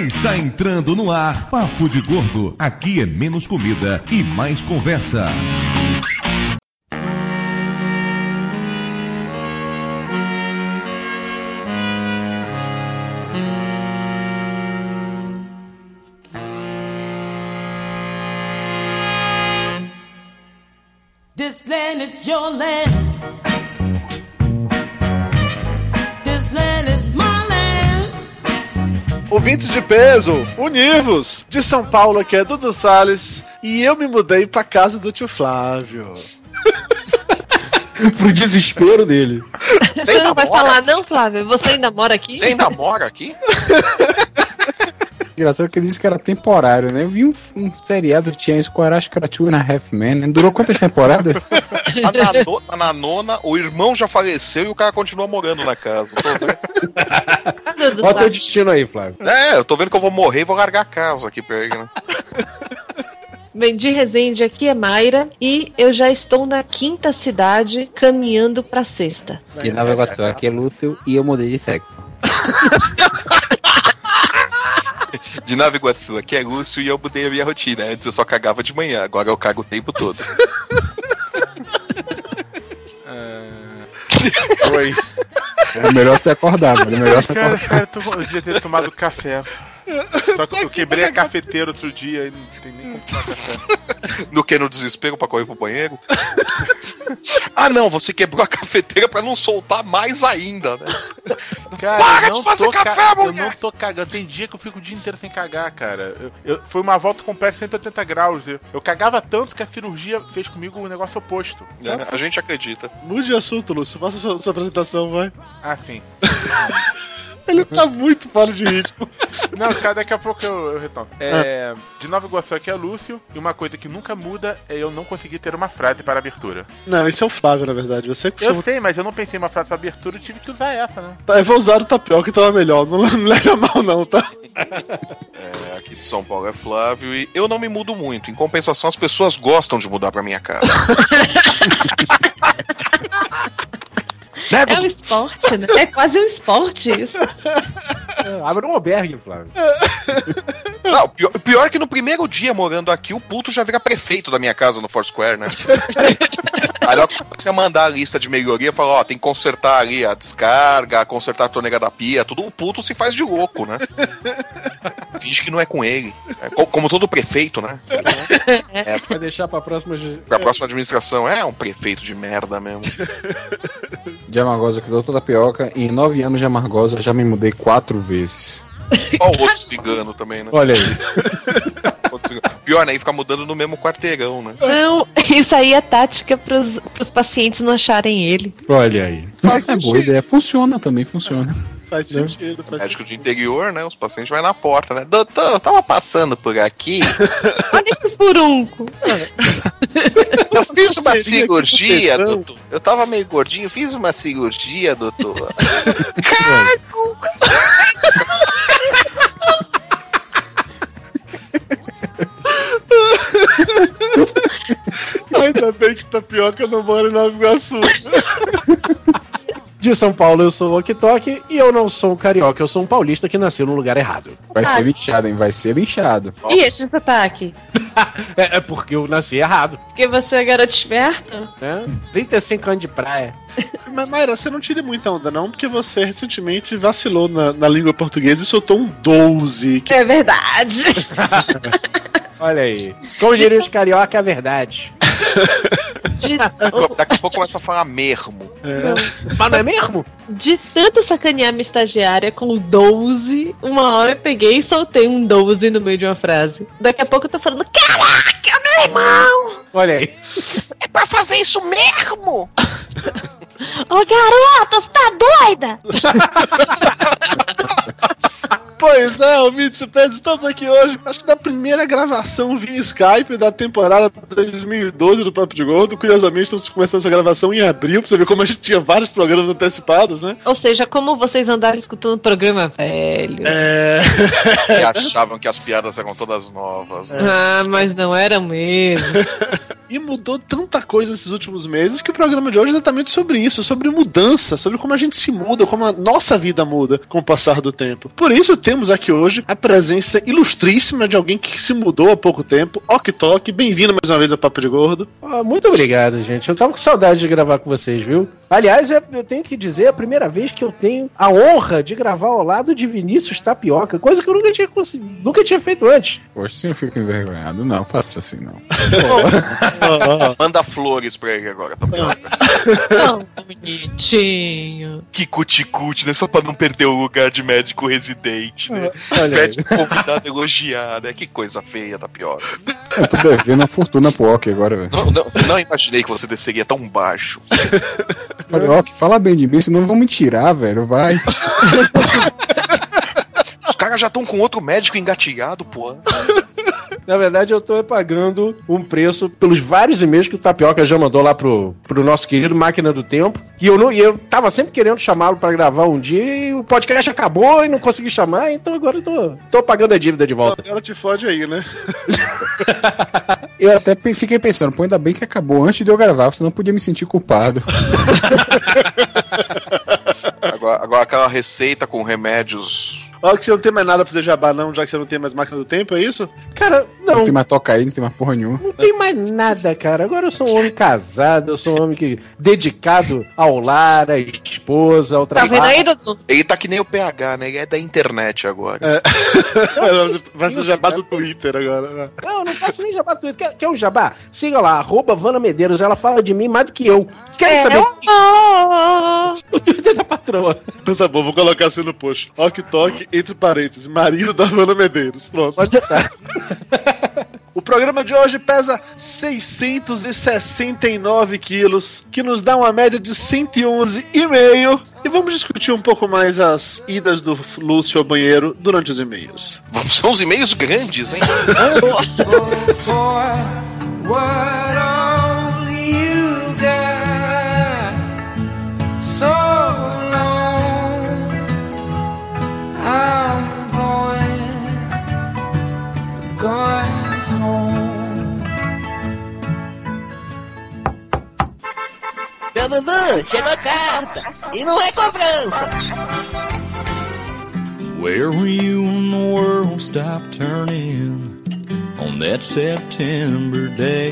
Está entrando no ar Papo de Gordo. Aqui é menos comida e mais conversa. This land is your land. This land is my land. Ouvintes de peso, univos! De São Paulo, aqui é Dudu Salles. E eu me mudei pra casa do tio Flávio. Pro desespero dele. Você não vai falar não, Flávio? Você ainda mora aqui? Você ainda mora aqui? Engraçado que ele disse que era temporário, né? Eu vi um seriado que tinha isso, acho que era Two and a Half Men, né? Durou quantas temporadas? Tá na nona, o irmão já faleceu e o cara continua morando na casa. Olha o teu destino aí, Flávio. Eu tô vendo que eu vou morrer e vou largar a casa aqui pra ele, né? Bem, de Resende, aqui é Mayra e eu já estou na 5ª cidade caminhando pra 6ª. De Nova Iguaçu, aqui é Lúcio e eu mudei de sexo. De Nova Iguaçu, aqui é Lúcio e eu mudei a minha rotina. Antes eu só cagava de manhã, agora eu cago o tempo todo. Oi. É melhor se acordar, mano. É melhor se acordar. Cara, eu devia ter tomado café. Só que eu quebrei a cafeteira outro dia e não tem nem como tomar café. No que? No desespero pra correr pro banheiro? Ah não, você quebrou a cafeteira pra não soltar mais ainda, né? Cara, para de fazer café, mulher! Eu não tô cagando. Tem dia que eu fico o dia inteiro sem cagar, cara. Foi uma volta completa 180 graus. Eu cagava tanto que a cirurgia fez comigo o negócio oposto. A gente acredita. Mude de assunto, Lúcio. Faça sua apresentação, vai. Ah, sim. Ele tá muito fora de ritmo. Não, cara, daqui a pouco eu retorno. De Nova Iguaçu aqui é Lúcio. E uma coisa que nunca muda é eu não conseguir ter uma frase para abertura. Não, esse é o Flávio, na verdade. Você costuma... Eu sei, mas eu não pensei em uma frase para abertura e tive que usar essa, né? Tá, eu vou usar o tapioca que tava melhor. Não leva mal não, tá? Aqui de São Paulo é Flávio e eu não me mudo muito. Em compensação, as pessoas gostam de mudar pra minha casa. É um esporte, né? É quase um esporte isso. Abre um albergue, Flávio. Não, pior é que no primeiro dia morando aqui, o puto já vira prefeito da minha casa no Foursquare, né? Aí logo você mandar a lista de melhoria, fala, ó, tem que consertar ali a descarga, consertar a torneira da pia, tudo, o puto se faz de louco, né? Finge que não é com ele. Como todo prefeito, né? Vai deixar pra próxima... Pra próxima administração, é um prefeito de merda mesmo. De Amargosa, que doutor Tapioca, e em 9 anos de Amargosa já me mudei 4 vezes. Ó o outro cigano também, né? Olha aí. Pior, né? E ficar mudando no mesmo quarteirão, né? Não, isso aí é tática pros pacientes não acharem ele. Olha aí. É boa ideia. Funciona também, funciona. Faz sentido. Médico de interior, né? Os pacientes vão na porta, né? Doutor, eu tava passando por aqui. Olha esse furunco. Eu fiz uma cirurgia, doutor. Eu tava meio gordinho, fiz uma cirurgia, doutor. Cago! Ainda bem que Tapioca não mora em Nova Iguaçu. De São Paulo, eu sou o Okitoque e eu não sou um carioca, eu sou um paulista que nasceu no lugar errado. Vai ser linchado, hein? Vai ser linchado. Nossa. E esse sotaque? É porque eu nasci errado. Porque você é garoto esperto? 35 anos de praia. Mas, Mayra, você não tira muita onda, não, porque você recentemente vacilou na língua portuguesa e soltou um 12. É verdade. Olha aí. Como diriam os carioca, é a verdade. Daqui a pouco começa a falar mesmo. Mas não é mesmo? De tanto sacanear minha estagiária com 12, uma hora eu peguei e soltei um 12 no meio de uma frase. Daqui a pouco eu tô falando, caraca, meu irmão! Olha aí. É pra fazer isso mesmo? Ô garota, você tá doida? Pois é, ouvintes, estamos aqui hoje, acho que da primeira gravação via Skype da temporada 2012 do Papo de Gordo. Curiosamente, estamos começando essa gravação em abril, pra você ver como a gente tinha vários programas antecipados, né? Ou seja, como vocês andaram escutando o programa velho. E achavam que as piadas eram todas novas. Né? Ah, mas não era mesmo. E mudou tanta coisa nesses últimos meses que o programa de hoje é exatamente sobre isso, sobre mudança, sobre como a gente se muda, como a nossa vida muda com o passar do tempo. Por isso temos aqui hoje a presença ilustríssima de alguém que se mudou há pouco tempo, Ok Tok. Bem-vindo mais uma vez ao Papo de Gordo. Muito obrigado, gente. Eu tava com saudade de gravar com vocês, viu? Aliás, eu tenho que dizer, é a primeira vez que eu tenho a honra de gravar ao lado de Vinícius Tapioca, coisa que eu nunca tinha feito antes. Poxa, sim, eu fico envergonhado. Não, faça assim, não. Manda flores pra ele agora, Tapioca. Não, bonitinho. Que cuticute, né? Só pra não perder o lugar de médico residente, né? Médico convidado a elogiar, né? Que coisa feia, Tapioca. Eu tô devendo uma fortuna pro Ok agora, velho. Não imaginei que você desceria tão baixo. Falei, Ok, fala bem de mim, senão vão me tirar, velho, vai. Os caras já estão com outro médico engatilhado, pô. Na verdade, eu tô pagando um preço pelos vários e-mails que o Tapioca já mandou lá pro nosso querido Máquina do Tempo. E eu tava sempre querendo chamá-lo pra gravar um dia e o podcast acabou e não consegui chamar, então agora eu tô pagando a dívida de volta. Agora te fode aí, né? Eu até fiquei pensando, pô, ainda bem que acabou antes de eu gravar, senão eu podia me sentir culpado. Agora aquela receita com remédios... Olha que você não tem mais nada pra fazer jabá não, já que você não tem mais Máquina do Tempo, é isso? Cara, não tem mais toca aí, não tem mais porra nenhuma. Não tem mais nada, cara. Agora eu sou um homem casado, eu sou um homem dedicado ao lar, à esposa, ao trabalho. Tá vendo aí, Dudu? Ele tá que nem o PH, né? Ele é da internet agora. Vai ser jabá do Twitter agora. Não faço nem jabá do Twitter. Quer um jabá? Siga lá, @Vana Medeiros. Ela fala de mim mais do que eu. Quer saber? O Twitter da patroa. Então tá bom, vou colocar assim no post. Ok Tok, entre parênteses, marido da Vana Medeiros. Pronto. Pode estar. O programa de hoje pesa 669 quilos, que nos dá uma média de 111,5. E vamos discutir um pouco mais as idas do Lúcio ao banheiro durante os e-mails. São os e-mails grandes, hein? Seu Dudu, chegou a carta. E não é cobrança. Where were you when the world stopped turning on that September day?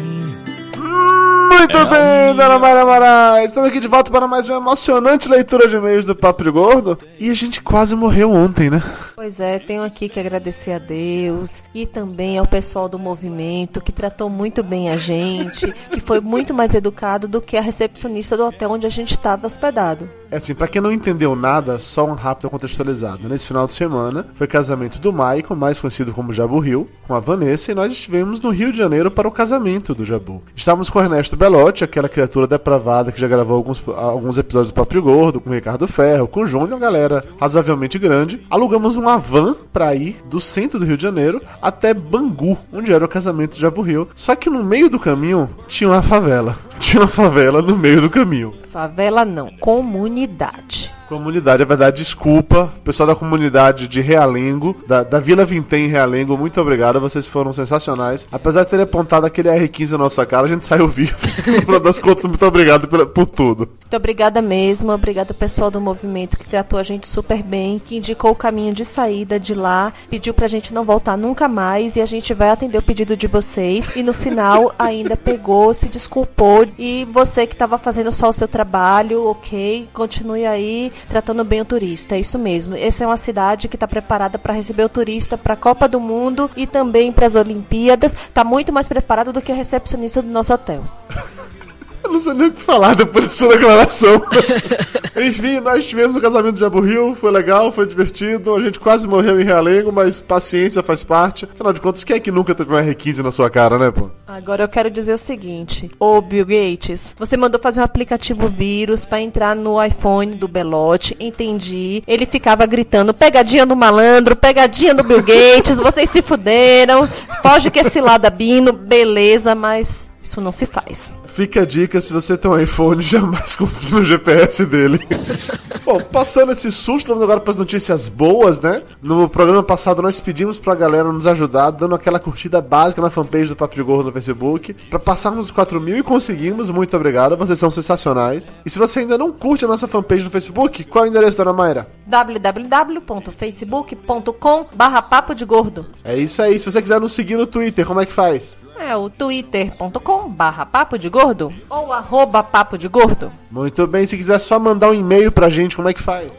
Muito bem, dona Mara Mara. Estamos aqui de volta para mais uma emocionante leitura de e-mails do Papo de Gordo. E a gente quase morreu ontem, né? Pois é, tenho aqui que agradecer a Deus e também ao pessoal do movimento que tratou muito bem a gente, que foi muito mais educado do que a recepcionista do hotel onde a gente estava hospedado. É assim, pra quem não entendeu nada, só um rápido contextualizado. Nesse final de semana, foi casamento do Maicon, mais conhecido como Jabu Rio, com a Vanessa, e nós estivemos no Rio de Janeiro para o casamento do Jabu. Estávamos com o Ernesto Belotti, aquela criatura depravada que já gravou alguns episódios do Papo Gordo, com o Ricardo Ferro, com o Júnior, uma galera razoavelmente grande. Alugamos uma van pra ir do centro do Rio de Janeiro até Bangu, onde era o casamento de Jabu Rio. Só que no meio do caminho tinha uma favela. Tinha uma favela no meio do caminho. Favela não, comunidade. Comunidade, é verdade, desculpa. Pessoal da comunidade de Realengo, da Vila Vintém em Realengo, muito obrigado, vocês foram sensacionais. Apesar de terem apontado aquele R15 na nossa cara, a gente saiu vivo. No final das contas, muito obrigado por tudo. Muito obrigada mesmo, obrigada ao pessoal do movimento que tratou a gente super bem, que indicou o caminho de saída de lá, pediu pra gente não voltar nunca mais e a gente vai atender o pedido de vocês. E no final ainda pegou, se desculpou e você que tava fazendo só o seu trabalho, ok, continue aí tratando bem o turista, é isso mesmo. Essa é uma cidade que está preparada para receber o turista para a Copa do Mundo e também para as Olimpíadas. Está muito mais preparada do que a recepcionista do nosso hotel. Eu não sei nem o que falar depois da sua declaração. Enfim, nós tivemos o casamento de Jabu Rio, foi legal, foi divertido, a gente quase morreu em Realengo, mas paciência faz parte. Afinal de contas, quem é que nunca teve um R15 na sua cara, né, pô? Agora eu quero dizer o seguinte, ô Bill Gates, você mandou fazer um aplicativo vírus pra entrar no iPhone do Belotti, entendi. Ele ficava gritando, pegadinha do malandro, pegadinha do Bill Gates, vocês se fuderam, foge que esse lado Bino, beleza, mas... Isso não se faz. Fica a dica, se você tem um iPhone, jamais confie no GPS dele. Bom, passando esse susto, vamos agora para as notícias boas, né? No programa passado nós pedimos pra galera nos ajudar, dando aquela curtida básica na fanpage do Papo de Gordo no Facebook, pra passarmos os 4.000 e conseguimos. Muito obrigado, vocês são sensacionais. E se você ainda não curte a nossa fanpage no Facebook, qual é o endereço, dona Mayra? www.facebook.com/papo de gordo. É isso aí, se você quiser nos seguir no Twitter, como é que faz? É o twitter.com/papo de gordo ou @papo de gordo. Muito bem, se quiser só mandar um e-mail pra gente, como é que faz?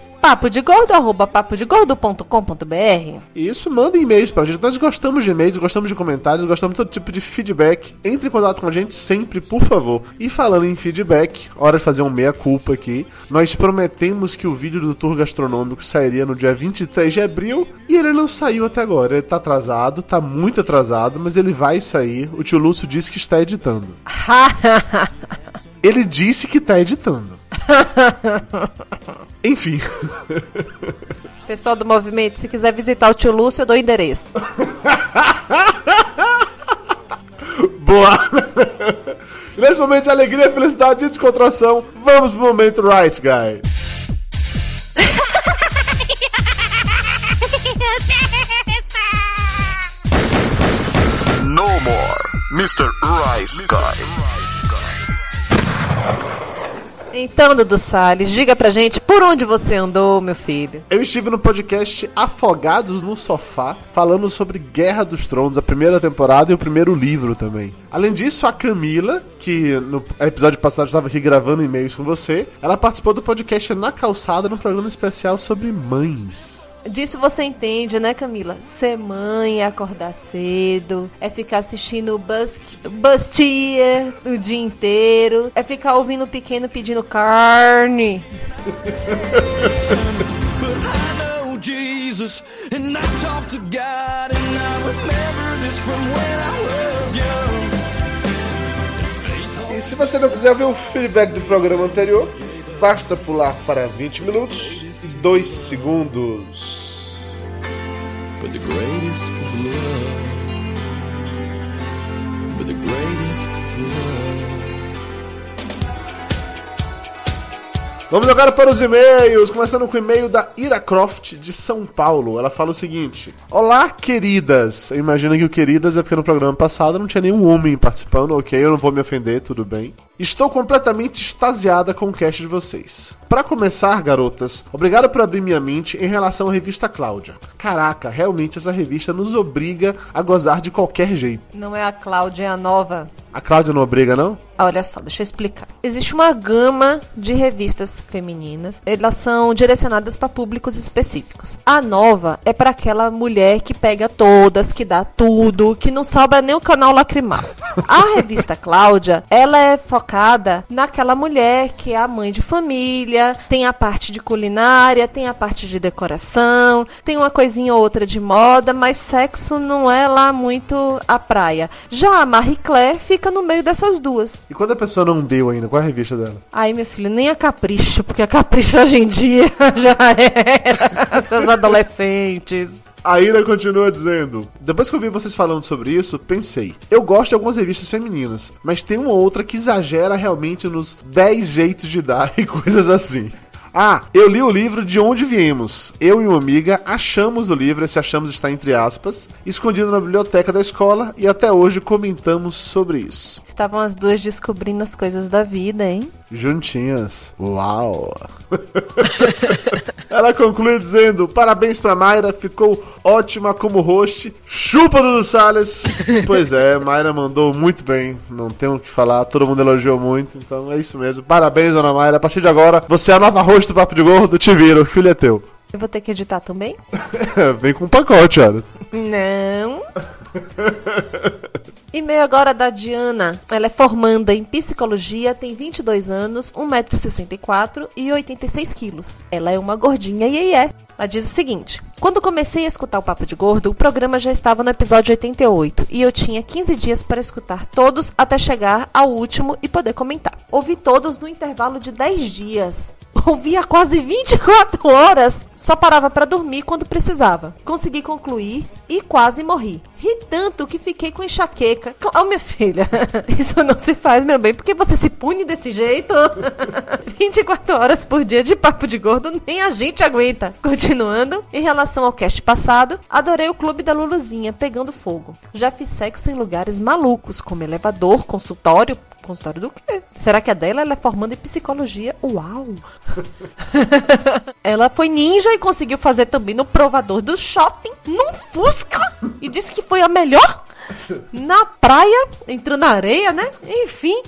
papodegordo@papodegordo.com.br. Isso, manda e-mails pra gente. Nós gostamos de e-mails, gostamos de comentários, gostamos de todo tipo de feedback. Entre em contato com a gente sempre, por favor. E falando em feedback, hora de fazer um meia-culpa aqui. Nós prometemos que o vídeo do tour gastronômico sairia no dia 23 de abril e ele não saiu até agora. Ele tá atrasado, tá muito atrasado, mas ele vai sair. O tio Lúcio disse que está editando. Ele disse que tá editando. Enfim. Pessoal do movimento, se quiser visitar o tio Lúcio, eu dou o endereço. Boa! Nesse momento de alegria, felicidade e descontração, vamos pro momento Rice Guy. No more Mr. Rice Guy. Então, Dudu Salles, diga pra gente por onde você andou, meu filho. Eu estive no podcast Afogados no Sofá, falando sobre Guerra dos Tronos, a primeira temporada e o primeiro livro também. Além disso, a Camila, que no episódio passado estava aqui gravando e-mails com você, ela participou do podcast Na Calçada, num programa especial sobre mães. Disso você entende, né, Camila? Ser mãe é acordar cedo, é ficar assistindo Bustier o dia inteiro, é ficar ouvindo o pequeno pedindo carne. E se você não quiser ver o feedback do programa anterior, basta pular para 20 minutos e 2 segundos. But the greatest is love. But the greatest is love. Vamos agora para os e-mails, começando com o e-mail da Ira Croft, de São Paulo. Ela fala o seguinte: olá, queridas. Eu imagino que o queridas é porque no programa passado não tinha nenhum homem participando, ok? Eu não vou me ofender, tudo bem. Estou completamente extasiada com o cast de vocês. Pra começar, garotas, obrigado por abrir minha mente em relação à revista Cláudia. Caraca, realmente essa revista nos obriga a gozar de qualquer jeito. Não é a Cláudia, é a nova. A Cláudia não obriga, não? Olha só, deixa eu explicar. Existe uma gama de revistas femininas. Elas são direcionadas para públicos específicos. A nova é para aquela mulher que pega todas, que dá tudo, que não sobra nem o canal lacrimal. A revista Cláudia, ela é focada naquela mulher que é a mãe de família, tem a parte de culinária, tem a parte de decoração, tem uma coisinha ou outra de moda, mas sexo não é lá muito a praia. Já a Marie Claire fica no meio dessas duas. E quando a pessoa não deu ainda, qual é a revista dela? Ai, meu filho, nem a Capricho, porque a Capricho hoje em dia já era seus adolescentes. A Ira continua dizendo: depois que eu vi vocês falando sobre isso, pensei, eu gosto de algumas revistas femininas, mas tem uma outra que exagera realmente nos 10 jeitos de dar e coisas assim. Ah, eu li o livro De Onde Viemos. Eu e uma amiga achamos o livro, esse achamos está entre aspas, escondido na biblioteca da escola e até hoje comentamos sobre isso. Estavam as duas descobrindo as coisas da vida, hein? Juntinhas. Uau! Ela conclui dizendo: parabéns pra Mayra, ficou ótima como host. Chupa, Dudu Salles! Pois é, Mayra mandou muito bem, não tem o que falar, todo mundo elogiou muito, então é isso mesmo. Parabéns, dona Mayra, a partir de agora, você é a nova host do Papo de Gordo, te vira, o filho é teu. Eu vou ter que editar também? Vem com um pacote, olha. Não. E-mail agora da Diana. Ela é formanda em psicologia, tem 22 anos, 1,64 m e 86 quilos. Ela é uma gordinha iê. Ela diz o seguinte: quando comecei a escutar o Papo de Gordo, o programa já estava no episódio 88 e eu tinha 15 dias para escutar todos até chegar ao último e poder comentar. Ouvi todos no intervalo de 10 dias. ouvi há quase 24 horas. Só parava pra dormir quando precisava. Consegui concluir e quase morri. Ri tanto que fiquei com enxaqueca. Oh, minha filha, isso não se faz, meu bem, porque você se pune desse jeito. 24 horas por dia de papo de gordo, nem a gente aguenta. Continuando, em relação ao cast passado, adorei o clube da Luluzinha pegando fogo. Já fiz sexo em lugares malucos, como elevador, consultório. Consultório do quê? Será que a dela ela é formanda em psicologia? Uau! Ela foi ninja e conseguiu fazer também no provador do shopping, num Fusca, e disse que foi a melhor. Na praia, entrou na areia, né? Enfim.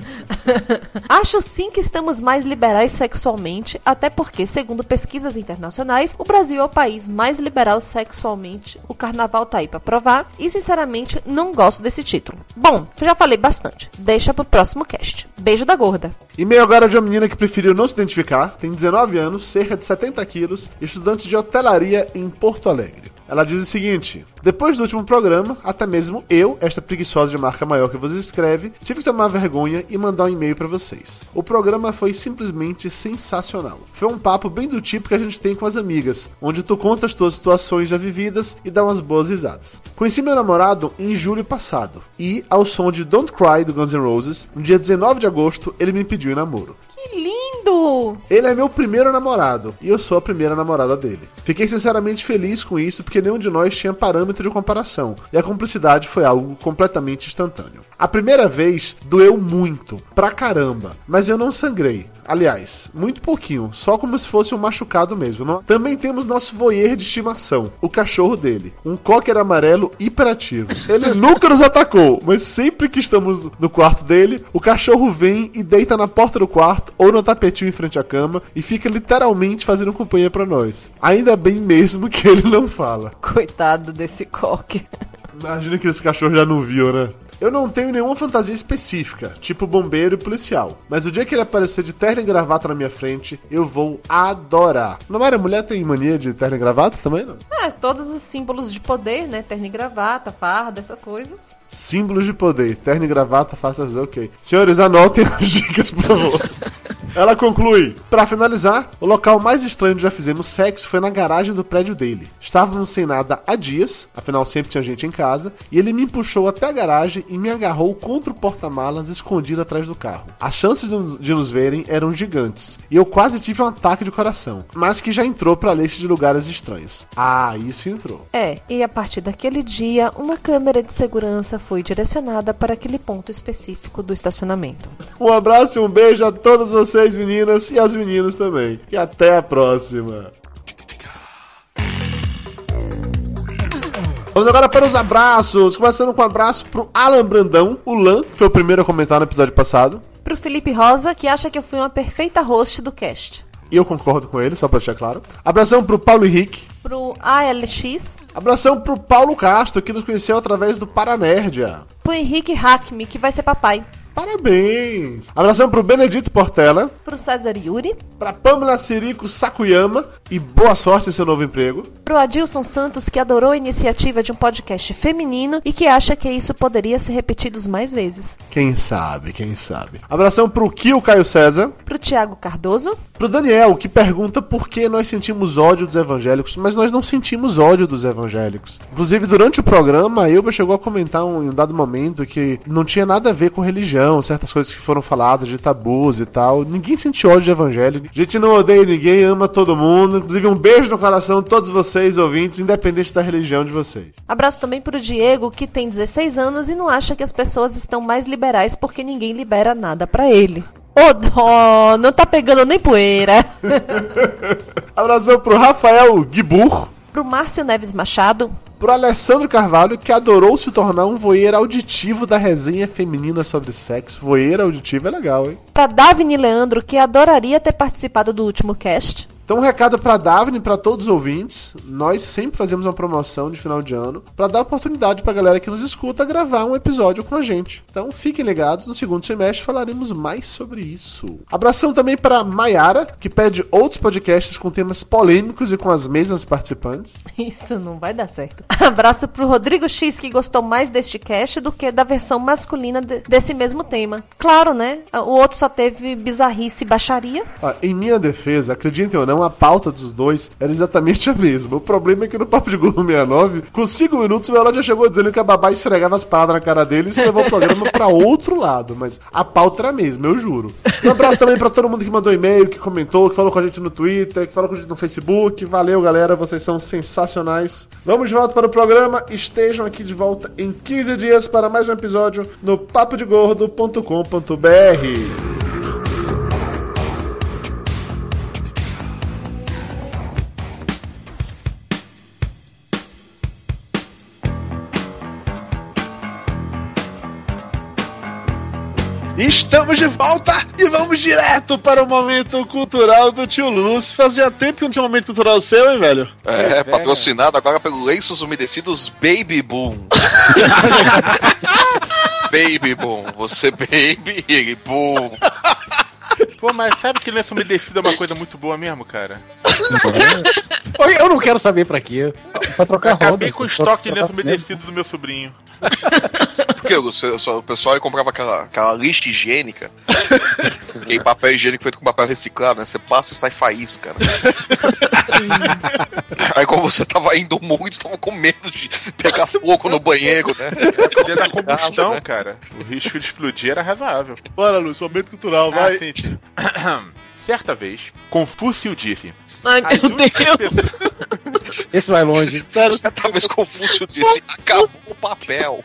Acho sim que estamos mais liberais sexualmente, até porque, segundo pesquisas internacionais, o Brasil é o país mais liberal sexualmente. O carnaval tá aí pra provar e, sinceramente, não gosto desse título. Bom, já falei bastante. Deixa pro próximo cast. Beijo da gorda. E-mail agora de uma menina que preferiu não se identificar, tem 19 anos, cerca de 70 quilos, estudante de hotelaria em Porto Alegre. Ela diz o seguinte: depois do último programa, até mesmo eu, esta preguiçosa de marca maior que você escreve, tive que tomar vergonha e mandar um e-mail pra vocês. O programa foi simplesmente sensacional. Foi um papo bem do tipo que a gente tem com as amigas, onde tu conta as tuas situações já vividas e dá umas boas risadas. Conheci meu namorado em julho passado e, ao som de Don't Cry do Guns N' Roses, no dia 19 de agosto, ele me pediu em namoro. Que lindo! Ele é meu primeiro namorado e eu sou a primeira namorada dele. Fiquei sinceramente feliz com isso porque nenhum de nós tinha parâmetro de comparação e a cumplicidade foi algo completamente instantâneo. A primeira vez doeu muito, pra caramba, mas eu não sangrei. Aliás, muito pouquinho, só como se fosse um machucado mesmo. Não? Também temos nosso voyeur de estimação, o cachorro dele, um cocker amarelo hiperativo. Ele nunca nos atacou, mas sempre que estamos no quarto dele, o cachorro vem e deita na porta do quarto ou no tapetinho em frente à cama e fica literalmente fazendo companhia pra nós. Ainda bem mesmo que ele não fala. Coitado desse cocker. Imagina que esse cachorro já não viu, né? Eu não tenho nenhuma fantasia específica, tipo bombeiro e policial. Mas o dia que ele aparecer de terno e gravata na minha frente, eu vou adorar. Não era mulher tem mania de terno e gravata também, não? É, todos os símbolos de poder, né? Terno e gravata, farda, essas coisas. Símbolos de poder, terno e gravata, fardas, ok. Senhores, anotem as dicas, por favor. Ela conclui: pra finalizar, o local mais estranho onde já fizemos sexo foi na garagem do prédio dele. Estávamos sem nada há dias, afinal sempre tinha gente em casa, e ele me puxou até a garagem e me agarrou contra o porta-malas escondido atrás do carro. As chances de nos verem eram gigantes, e eu quase tive um ataque de coração, mas que já entrou pra lista de lugares estranhos. Ah, isso entrou. É, e a partir daquele dia, uma câmera de segurança foi direcionada para aquele ponto específico do estacionamento. Um abraço e um beijo a todas vocês, meninas, e aos meninos também. E até a próxima. Vamos agora para os abraços. Começando com um abraço pro Alan Brandão, o Lan, que foi o primeiro a comentar no episódio passado. Pro Felipe Rosa, que acha que eu fui uma perfeita host do cast. E eu concordo com ele, só pra deixar claro. Abração pro Paulo Henrique. Pro ALX. Abração pro Paulo Castro, que nos conheceu através do Paranerdia. Pro Henrique Hackme, que vai ser papai. Parabéns! Abração pro Benedito Portela. Pro César Yuri. Pra Pamela Sirico Sakuyama. E boa sorte em seu novo emprego. Pro Adilson Santos, que adorou a iniciativa de um podcast feminino e que acha que isso poderia ser repetido mais vezes. Quem sabe, quem sabe. Abração pro Kio Caio César. Pro Thiago Cardoso. Pro Daniel, que pergunta por que nós sentimos ódio dos evangélicos, mas nós não sentimos ódio dos evangélicos. Inclusive, durante o programa, a Elba chegou a comentar em um dado momento que não tinha nada a ver com religião, certas coisas que foram faladas de tabus e tal. Ninguém sente ódio de evangélico. A gente não odeia ninguém, ama todo mundo. Inclusive, um beijo no coração de todos vocês, ouvintes, independente da religião de vocês. Abraço também pro Diego, que tem 16 anos e não acha que as pessoas estão mais liberais porque ninguém libera nada pra ele. Ô, dó, não tá pegando nem poeira. Abração pro Rafael Guibur. Pro Márcio Neves Machado. Pro Alessandro Carvalho, que adorou se tornar um voyeur auditivo da resenha feminina sobre sexo. Voyeur auditivo é legal, hein? Pra Davine Leandro, que adoraria ter participado do último cast. Então um recado pra Daphne e pra todos os ouvintes, nós sempre fazemos uma promoção de final de ano pra dar oportunidade pra galera que nos escuta gravar um episódio com a gente. Então fiquem ligados, no segundo semestre falaremos mais sobre isso. Abração também pra Mayara, que pede outros podcasts com temas polêmicos e com as mesmas participantes. Isso não vai dar certo. Abraço pro Rodrigo X, que gostou mais deste cast do que da versão masculina desse mesmo tema. Claro, né? O outro só teve bizarrice e baixaria. Em minha defesa, acreditem ou não, a pauta dos dois era exatamente a mesma. O problema é que no Papo de Gordo 69, com 5 minutos, o Elon já chegou dizendo que a babá esfregava as palavras na cara dele e isso levou o programa pra outro lado. Mas a pauta era a mesma, eu juro. Um abraço também pra todo mundo que mandou e-mail, que comentou, que falou com a gente no Twitter, que falou com a gente no Facebook. Valeu, galera, vocês são sensacionais. Vamos de volta para o programa. Estejam aqui de volta em 15 dias para mais um episódio no papodegordo.com.br. Estamos de volta e vamos direto para o momento cultural do tio Lúcio. Fazia tempo que não tinha um momento cultural seu, hein, velho? Patrocinado agora pelo Lenços Umedecidos Baby Boom. Baby Boom, você baby, ele boom. Pô, mas sabe que lenço umedecido é uma coisa muito boa mesmo, cara? Eu não quero saber pra quê. Pra trocar roda. Acabei com o estoque de lenço umedecido do meu sobrinho. Porque o pessoal aí comprava aquela lixa higiênica. E papel higiênico feito com papel reciclado, né? Você passa e sai faísca, né? Aí como você tava indo muito, tava com medo de pegar fogo no banheiro, né? Podia dar combustão, né? Cara. O risco de explodir era razoável. Bora, Lúcio, momento cultural, vai. Sim. Certa vez, Confúcio disse... Ai, meu Deus. Esse vai longe. Sério, certa vez Confúcio disse, acabou o papel.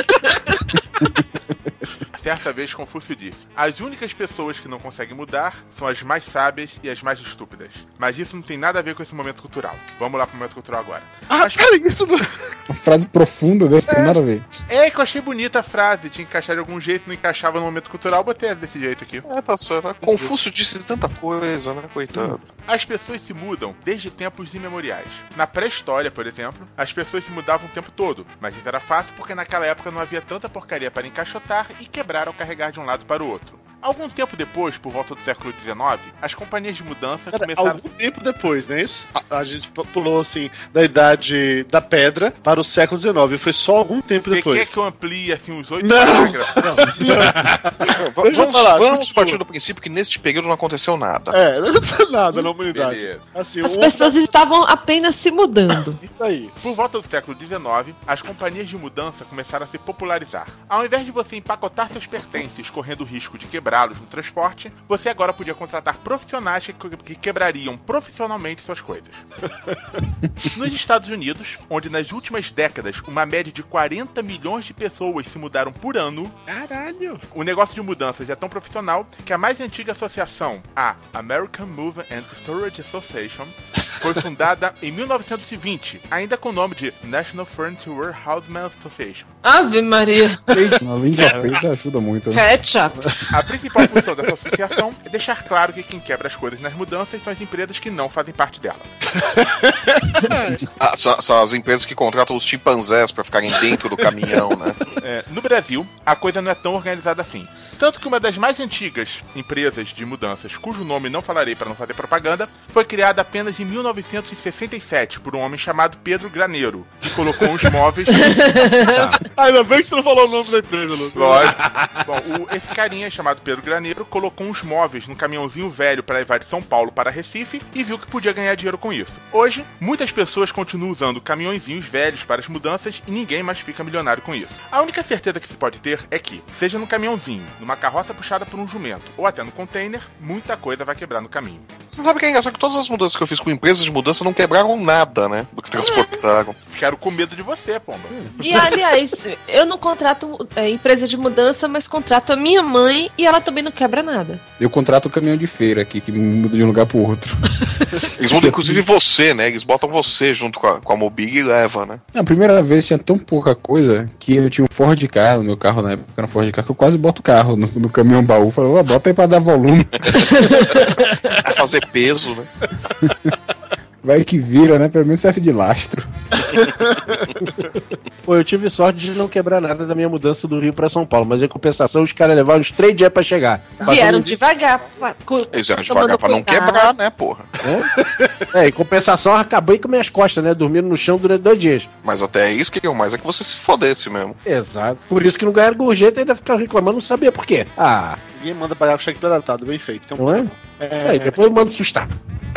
Certa vez, Confúcio disse: as únicas pessoas que não conseguem mudar são as mais sábias e as mais estúpidas. Mas isso não tem nada a ver com esse momento cultural. Vamos lá pro momento cultural agora. Cara, isso não... Uma frase profunda dessa, tem nada a ver. É que eu achei bonita a frase. Tinha que encaixar de algum jeito, não encaixava no momento cultural, botei desse jeito aqui. Tá certo. Confúcio disse tanta coisa, né? Coitado. As pessoas se mudam desde tempos imemoriais. Na pré-história, por exemplo, as pessoas se mudavam o tempo todo, mas isso era fácil porque naquela época não havia tanta porcaria para encaixotar e quebrar ao carregar de um lado para o outro. Algum tempo depois, por volta do século XIX, as companhias de mudança começaram... Algum tempo depois, não é isso? A gente pulou, assim, da idade da pedra para o século XIX. Foi só algum tempo depois. Você quer que eu amplie, assim, uns 8 parágrafos? Vamos partir do princípio que neste período não aconteceu nada. Não aconteceu nada na humanidade. Assim, as pessoas estavam apenas se mudando. Isso aí. Por volta do século XIX, as companhias de mudança começaram a se popularizar. Ao invés de você empacotar seus pertences correndo o risco de quebrá-los no transporte, você agora podia contratar profissionais que quebrariam profissionalmente suas coisas. Nos Estados Unidos, onde nas últimas décadas uma média de 40 milhões de pessoas se mudaram por ano, caralho! O negócio de mudanças é tão profissional que a mais antiga associação, a American Moving and Storage Association, foi fundada em 1920, ainda com o nome de National Furniture Warehouseman Association. Ave Maria! A língua presa ajuda muito, né? Ketchup! A principal função dessa associação é deixar claro que quem quebra as coisas nas mudanças são as empresas que não fazem parte dela. São as empresas que contratam os chimpanzés pra ficarem dentro do caminhão, né? No Brasil, a coisa não é tão organizada assim. Tanto que uma das mais antigas empresas de mudanças, cujo nome não falarei para não fazer propaganda, foi criada apenas em 1967 por um homem chamado Pedro Graneiro, que colocou os móveis... Ainda bem que você não falou o nome da empresa, Lucas. Lógico. Bom, esse carinha chamado Pedro Graneiro colocou uns móveis num caminhãozinho velho para levar de São Paulo para Recife e viu que podia ganhar dinheiro com isso. Hoje, muitas pessoas continuam usando caminhõezinhos velhos para as mudanças e ninguém mais fica milionário com isso. A única certeza que se pode ter é que, seja no caminhãozinho, numa carroça puxada por um jumento ou até no container, muita coisa vai quebrar no caminho. Você sabe que é engraçado que todas as mudanças que eu fiz com empresas de mudança não quebraram nada, né? Do que transportaram. ficaram com medo de você, pomba. E, aliás, eu não contrato empresa de mudança, mas contrato a minha mãe e ela também não quebra nada. Eu contrato o caminhão de feira aqui, que muda de um lugar pro outro. Eles mudam, inclusive, você, né? Eles botam você junto com a Mobig e leva, né? A primeira vez tinha tão pouca coisa que eu tinha um Ford Ka, no meu carro na época, era um Ford Ka, que eu quase boto o carro no caminhão baú. Falei, bota aí pra dar volume. Pra fazer peso, né? Vai que vira, né? Pelo menos serve de lastro. Pô, eu tive sorte de não quebrar nada da minha mudança do Rio pra São Paulo, mas em compensação os caras levaram uns 3 dias pra chegar. Vieram devagar. Eles vieram devagar pra não quebrar, né, porra? Em compensação eu acabei com minhas costas, né? Dormindo no chão durante 2 dias. Mas até isso que eu mais é que você se fodesse mesmo. Exato. Por isso que não ganharam gorjeta e ainda ficaram reclamando, não sabia por quê. Ninguém manda pagar com cheque pré-datado, bem feito. Então, não é? Aí, depois eu mando sustar.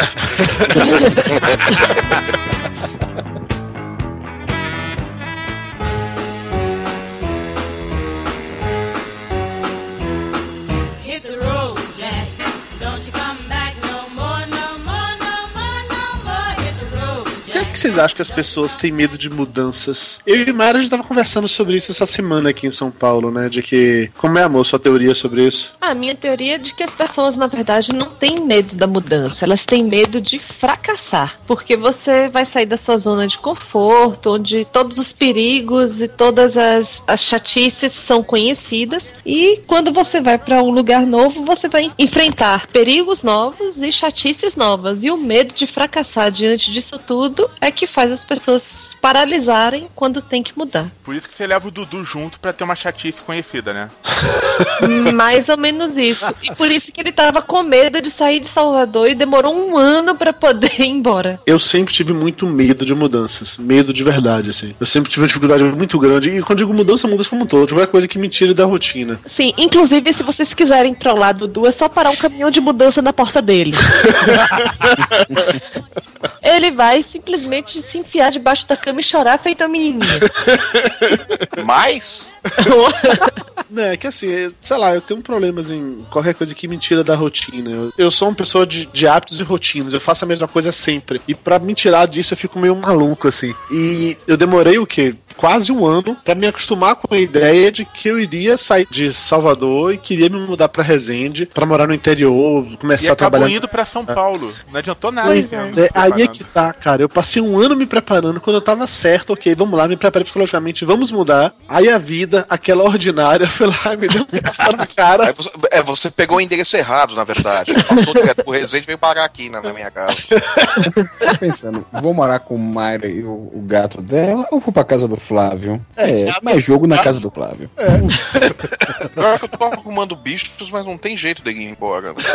Hit the road, Jack. Don't you come back no more, no more, no more, no more. Hit the road, por que vocês acham que as pessoas têm medo de mudanças? Eu e Mayra já tava conversando sobre isso essa semana aqui em São Paulo, né? De que... Como é, amor, sua teoria sobre isso? A minha teoria é de que as pessoas, na verdade, não têm medo da mudança. Elas têm medo de fracassar. Porque você vai sair da sua zona de conforto, onde todos os perigos e todas as chatices são conhecidas. E quando você vai para um lugar novo, você vai enfrentar perigos novos e chatices novas. E o medo de fracassar diante disso tudo é que faz as pessoas paralisarem quando tem que mudar. Por isso que você leva o Dudu junto pra ter uma chatice conhecida, né? Mais ou menos isso. E por isso que ele tava com medo de sair de Salvador e demorou 1 ano pra poder ir embora. Eu sempre tive muito medo de mudanças. Medo de verdade, assim. Eu sempre tive uma dificuldade muito grande. E quando digo mudança, mudança como um todo. Qualquer coisa que me tire da rotina. Sim, inclusive se vocês quiserem trollar Dudu, é só parar um caminhão de mudança na porta dele. Ele vai simplesmente se enfiar debaixo da cama e chorar feito uma menininha. Mas? Não, é que assim, sei lá, eu tenho problemas em qualquer coisa que me tira da rotina. Eu sou uma pessoa de hábitos e rotinas, eu faço a mesma coisa sempre. E pra me tirar disso eu fico meio maluco, assim. E eu demorei o quê? Quase 1 ano pra me acostumar com a ideia de que eu iria sair de Salvador e queria me mudar pra Resende, pra morar no interior, começar a trabalhar. E acabou indo pra São Paulo. Não adiantou nada. Pois é, aí é que tá, cara. Eu passei 1 ano me preparando. Quando eu tava certo, ok, vamos lá, me preparei psicologicamente, vamos mudar. Aí a vida, aquela ordinária, foi lá e me deu um tapa na cara. Você pegou o endereço errado, na verdade. Passou direto pro Resende e veio parar aqui na minha casa. Você tá pensando, vou morar com Mayra e o gato dela ou vou pra casa do Flávio? Mais jogo na casa do Flávio. Agora que eu tô arrumando bichos, mas não tem jeito dele ir embora. Né?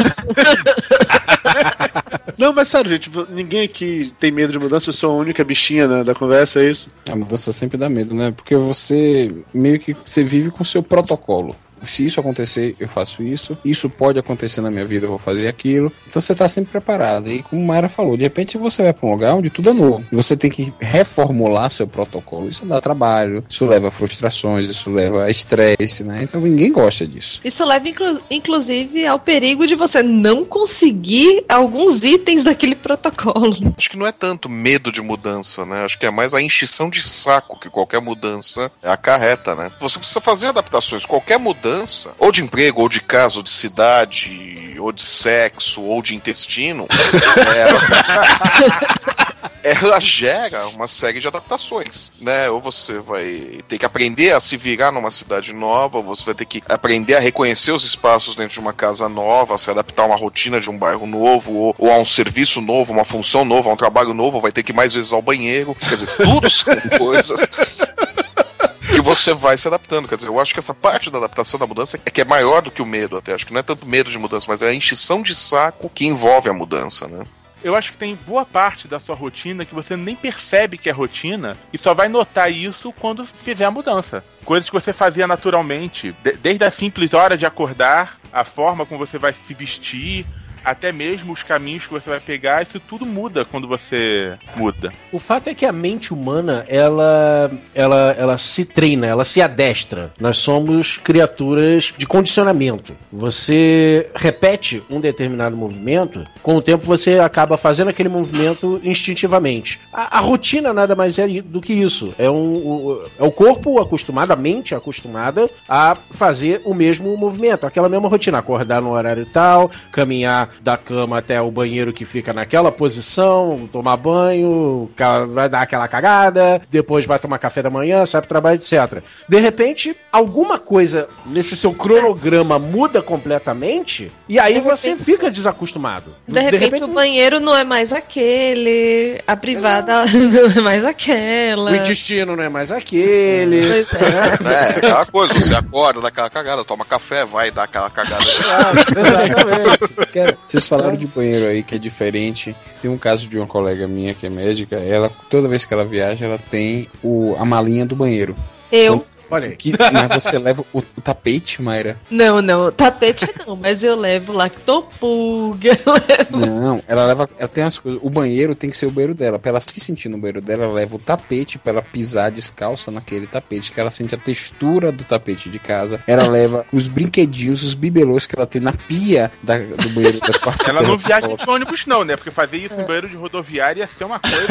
Não, mas sério, gente, ninguém aqui tem medo de mudança, eu sou a única bichinha da conversa, é isso? A mudança sempre dá medo, né? Porque você meio que você vive com o seu protocolo. Se isso acontecer, eu faço isso. Isso pode acontecer na minha vida, eu vou fazer aquilo. Então você tá sempre preparado. E como a Mayra falou, de repente você vai pra um lugar onde tudo é novo. E você tem que reformular seu protocolo. Isso dá trabalho, isso leva a frustrações, isso leva a estresse, né? Então ninguém gosta disso. Isso leva, inclusive, ao perigo de você não conseguir alguns itens daquele protocolo. Acho que não é tanto medo de mudança, né? Acho que é mais a encheção de saco que qualquer mudança acarreta, né? Você precisa fazer adaptações. Qualquer mudança, ou de emprego, ou de casa, ou de cidade, ou de sexo, ou de intestino, ela gera uma série de adaptações, né? Ou você vai ter que aprender a se virar numa cidade nova, ou você vai ter que aprender a reconhecer os espaços dentro de uma casa nova, se adaptar a uma rotina de um bairro novo, ou a um serviço novo, uma função nova, a um trabalho novo, vai ter que ir mais vezes ao banheiro. Quer dizer, tudo são coisas que você vai se adaptando. Quer dizer, eu acho que essa parte da adaptação da mudança é que é maior do que o medo até. Acho que não é tanto medo de mudança, mas é a encheção de saco que envolve a mudança, né? Eu acho que tem boa parte da sua rotina que você nem percebe que é rotina e só vai notar isso quando fizer a mudança. Coisas que você fazia naturalmente, desde a simples hora de acordar, a forma como você vai se vestir, até mesmo os caminhos que você vai pegar, isso tudo muda quando você muda. O fato é que a mente humana, ela se treina, ela se adestra. Nós somos criaturas de condicionamento. Você repete um determinado movimento, com o tempo você acaba fazendo aquele movimento instintivamente. A rotina nada mais é do que isso. É o corpo acostumado, a mente acostumada a fazer o mesmo movimento, aquela mesma rotina. Acordar no horário tal, caminhar da cama até o banheiro que fica naquela posição, tomar banho, vai dar aquela cagada, depois vai tomar café da manhã, sai pro trabalho, etc. De repente, alguma coisa nesse seu cronograma muda completamente e aí você fica desacostumado. De repente o banheiro não é mais aquele, a privada não é mais aquela. O intestino não é mais aquele. Pois É aquela coisa, você acorda, dá aquela cagada, toma café, vai dar aquela cagada. Exatamente. Cara, vocês falaram de banheiro aí que é diferente. Tem um caso de uma colega minha que é médica, ela, toda vez que ela viaja, ela tem a malinha do banheiro. Olha aí. Mas você leva o tapete, Mayra? Não, tapete não, mas eu levo lactopulga. Não, ela tem umas coisas. O banheiro tem que ser o banheiro dela. Pra ela se sentir no banheiro dela, ela leva o tapete pra ela pisar descalça naquele tapete, que ela sente a textura do tapete de casa. Ela leva os brinquedinhos, os bibelôs que ela tem na pia do banheiro da quarta. Ela não viaja de ônibus não, né? Porque fazer isso em banheiro de rodoviária ia ser uma coisa...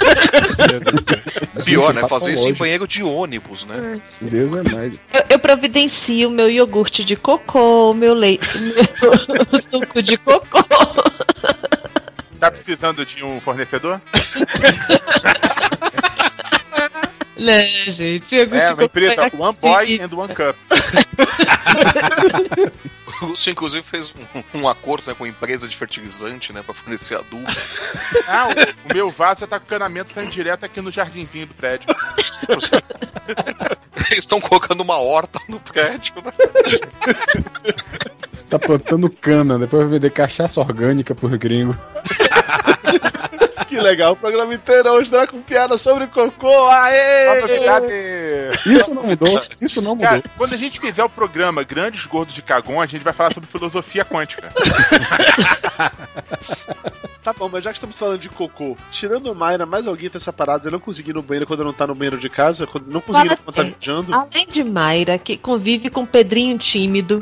Pior, né? Fazer isso em banheiro de ônibus, né? Deus é mais. Eu providencio o meu iogurte de cocô, o meu leite, meu suco de cocô. Tá precisando de um fornecedor? Né, gente? Uma empresa, One Boy and One Cup. O Lúcio, inclusive, fez um acordo, né, com a empresa de fertilizante, né, pra fornecer adubo. O meu vaso já tá com encanamento saindo direto aqui no jardinzinho do prédio. Eles estão colocando uma horta no prédio, né? Você tá plantando cana, depois vai vender cachaça orgânica por gringo. Que legal, o programa inteiro hoje era com piada sobre cocô. Aê! Isso não mudou, isso não mudou. Cara, quando a gente fizer o programa Grandes Gordos de Cagão, a gente vai falar sobre filosofia quântica. Tá bom, mas já que estamos falando de cocô, tirando o Mayra, mais alguém tá separado e não conseguir ir no banheiro quando não tá no banheiro de casa, quando não conseguir quando tá viajando? Além de Mayra, que convive com Pedrinho tímido.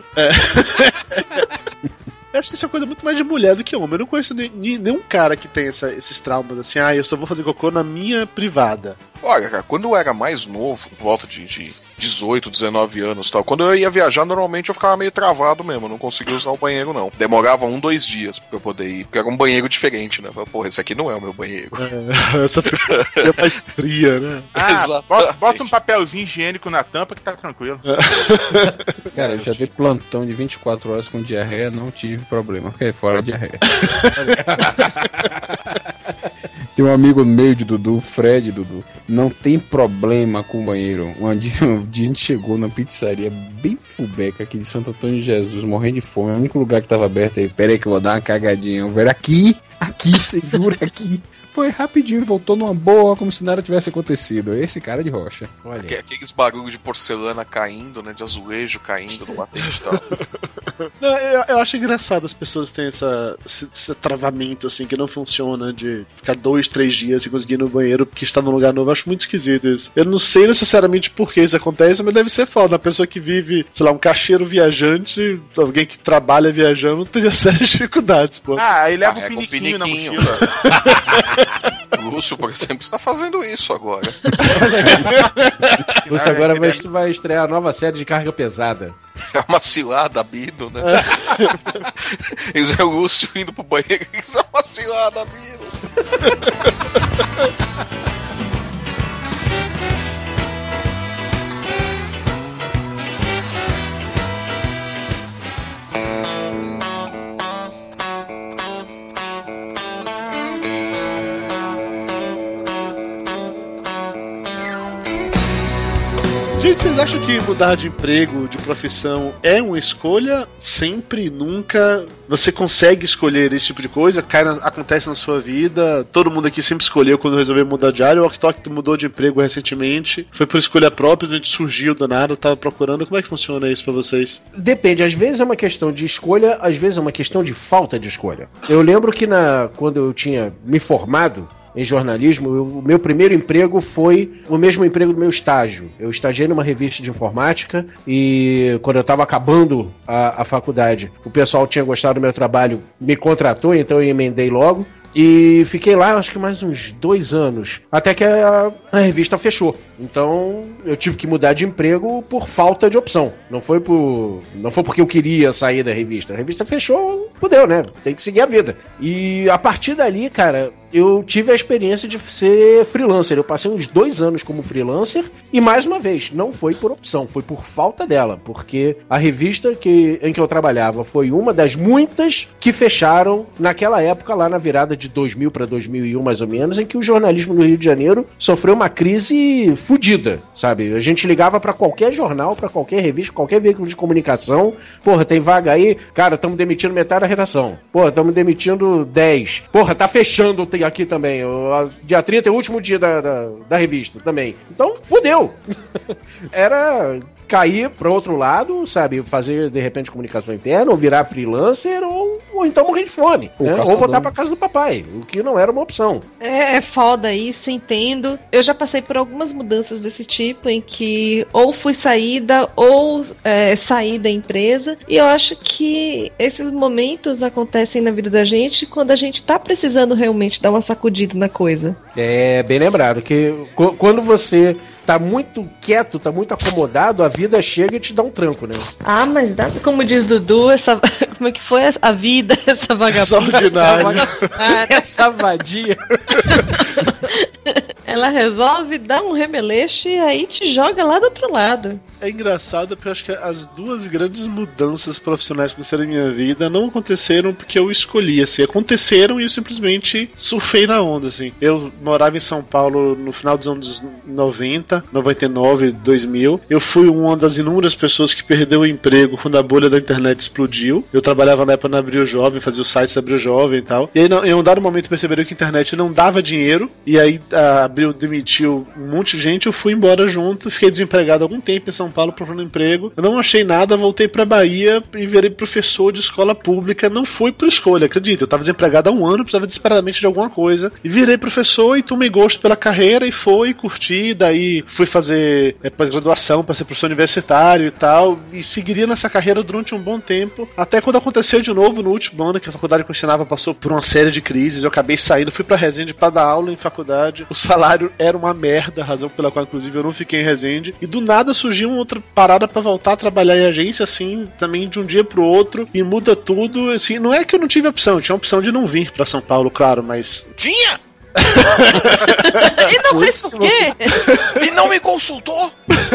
Eu acho que isso é coisa muito mais de mulher do que homem. Eu não conheço nenhum cara que tem esses traumas assim, eu só vou fazer cocô na minha privada. Olha, cara, quando eu era mais novo, por volta de 18, 19 anos e tal, quando eu ia viajar, normalmente eu ficava meio travado mesmo, não conseguia usar o banheiro, não. Demorava 2 dias pra eu poder ir, porque era um banheiro diferente, né? Porra, esse aqui não é o meu banheiro. Essa é maestria, né? Bota um papelzinho higiênico na tampa que tá tranquilo. Cara, eu já dei plantão de 24 horas com diarreia, não tive problema, fiquei fora de diarreia. Tem um amigo meio de Dudu, Fred, Dudu, não tem problema com o banheiro. Um dia a gente chegou na pizzaria bem fubeca aqui de Santo Antônio de Jesus, morrendo de fome, é o único lugar que tava aberto aí. Pera aí que eu vou dar uma cagadinha, velho, aqui, vocês juram aqui. Foi rapidinho, voltou numa boa, como se nada tivesse acontecido. Esse cara de rocha. Olha. Aqueles barulhos de porcelana caindo, né? De azulejo caindo no batente e tal. Não, eu acho engraçado as pessoas terem esse travamento assim que não funciona, de ficar 2, 3 dias sem conseguir ir no banheiro porque está num lugar novo. Eu acho muito esquisito isso. Eu não sei necessariamente por que isso acontece, mas deve ser foda. A pessoa que vive, sei lá, um caixeiro viajante, alguém que trabalha viajando, teria sérias dificuldades, pô. Ele leva um piniquinho na mochila. O Lúcio, por exemplo, está fazendo isso agora. Lúcio agora vai estrear a nova série de carga pesada. É uma cilada, Bido, né? Isso é o Lúcio indo pro banheiro. Isso é uma cilada, Bido. Gente, vocês acham que mudar de emprego, de profissão, é uma escolha? Sempre, nunca? Você consegue escolher esse tipo de coisa? Acontece na sua vida? Todo mundo aqui sempre escolheu quando resolveu mudar de área. O Ok mudou de emprego recentemente. Foi por escolha própria, a gente surgiu do nada, tava procurando. Como é que funciona isso pra vocês? Depende, às vezes é uma questão de escolha, às vezes é uma questão de falta de escolha. Eu lembro que quando eu tinha me formado em jornalismo, o meu primeiro emprego foi o mesmo emprego do meu estágio. Eu estagiei numa revista de informática e quando eu estava acabando a faculdade, o pessoal tinha gostado do meu trabalho, me contratou, então eu emendei logo. E fiquei lá, acho que mais uns 2 anos, até que a revista fechou. Então, eu tive que mudar de emprego por falta de opção. Não foi porque eu queria sair da revista. A revista fechou, fudeu, né? Tem que seguir a vida. E a partir dali, cara, eu tive a experiência de ser freelancer. Eu passei uns 2 anos como freelancer e, mais uma vez, não foi por opção, foi por falta dela. Porque a revista em que eu trabalhava foi uma das muitas que fecharam naquela época, lá na virada de 2000 para 2001, mais ou menos, em que o jornalismo no Rio de Janeiro sofreu uma crise fodida, sabe? A gente ligava para qualquer jornal, para qualquer revista, qualquer veículo de comunicação. Porra, tem vaga aí? Cara, estamos demitindo metade da redação. Porra, estamos demitindo 10. Porra, tá fechando aqui também. Dia 30 é o último dia da revista também. Então, fodeu. Era cair para outro lado, sabe? Fazer, de repente, comunicação interna, ou virar freelancer, ou então morrer de fome. Né? Ou voltar para casa do papai, o que não era uma opção. É foda isso, entendo. Eu já passei por algumas mudanças desse tipo, em que ou fui saída, ou saí da empresa, e eu acho que esses momentos acontecem na vida da gente quando a gente tá precisando realmente dar uma sacudida na coisa. É, bem lembrado, que quando você tá muito quieto, tá muito acomodado, a vida chega e te dá um tranco, né? Ah, mas dá, como diz Dudu, como é que foi a vida, essa vagabunda? Essa vadia. Ela resolve dar um remeleixo e aí te joga lá do outro lado. É engraçado porque eu acho que as 2 grandes mudanças profissionais que aconteceram na minha vida não aconteceram porque eu escolhi, assim. Aconteceram e eu simplesmente surfei na onda, assim. Eu morava em São Paulo no final dos anos 90, 99, 2000. Eu fui uma das inúmeras pessoas que perdeu o emprego quando a bolha da internet explodiu. Eu trabalhava na época na Abril Jovem, fazia o site da Abril Jovem e tal. E aí, em um dado momento, perceberam que a internet não dava dinheiro. E aí, a Abril demitiu um monte de gente. Eu fui embora junto. Fiquei desempregado algum tempo em São Paulo procurando emprego. Eu não achei nada. Voltei pra Bahia e virei professor de escola pública. Não foi por escolha, acredita. Eu tava desempregado há 1 ano, precisava desesperadamente de alguma coisa. E virei professor e tomei gosto pela carreira e curti. Daí fui fazer pós-graduação para ser professor universitário e tal, e seguiria nessa carreira durante um bom tempo, até quando aconteceu de novo no último ano, que a faculdade que eu ensinava passou por uma série de crises, eu acabei saindo, fui pra Resende para dar aula em faculdade, o salário era uma merda, razão pela qual inclusive eu não fiquei em Resende, e do nada surgiu uma outra parada para voltar a trabalhar em agência, assim, também de um dia pro outro, e muda tudo, assim, não é que eu não tive opção, eu tinha a opção de não vir pra São Paulo, claro, mas... Tinha! E não fez o quê? E não me consultou?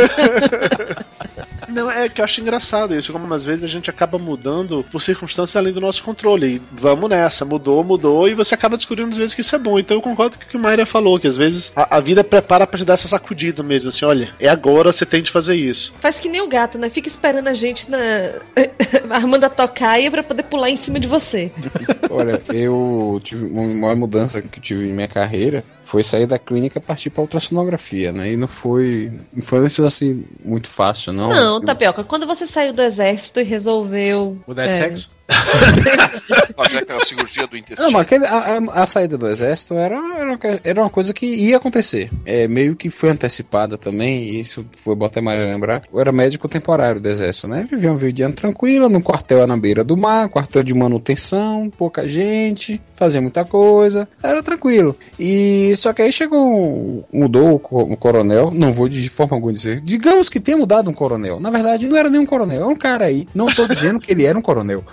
Não, é que eu acho engraçado isso, como às vezes a gente acaba mudando por circunstâncias além do nosso controle. E vamos nessa, mudou, e você acaba descobrindo às vezes que isso é bom. Então eu concordo com o que o Mayra falou, que às vezes a vida prepara pra te dar essa sacudida mesmo, assim, olha, é agora, você tem de fazer isso. Faz que nem o gato, né? Fica esperando a gente armando a tocaia pra poder pular em cima de você. Olha, eu tive uma maior mudança que eu tive em minha carreira foi sair da clínica e partir pra ultrassonografia, né? E não foi assim muito fácil, não. Não, Tapioca, quando você saiu do exército e resolveu mudar de sexo? Fazer aquela cirurgia do intestino. Não, mas a saída do exército era uma coisa que ia acontecer. Meio que foi antecipada também, e isso foi bom até mais lembrar. Eu era médico temporário do exército, né? Vivia uma vida tranquila, no quartel na beira do mar, quartel de manutenção, pouca gente, fazia muita coisa, era tranquilo. E só que aí mudou o coronel, não vou de forma alguma dizer, digamos que tenha mudado um coronel. Na verdade, não era nenhum coronel, é um cara aí. Não tô dizendo que ele era um coronel.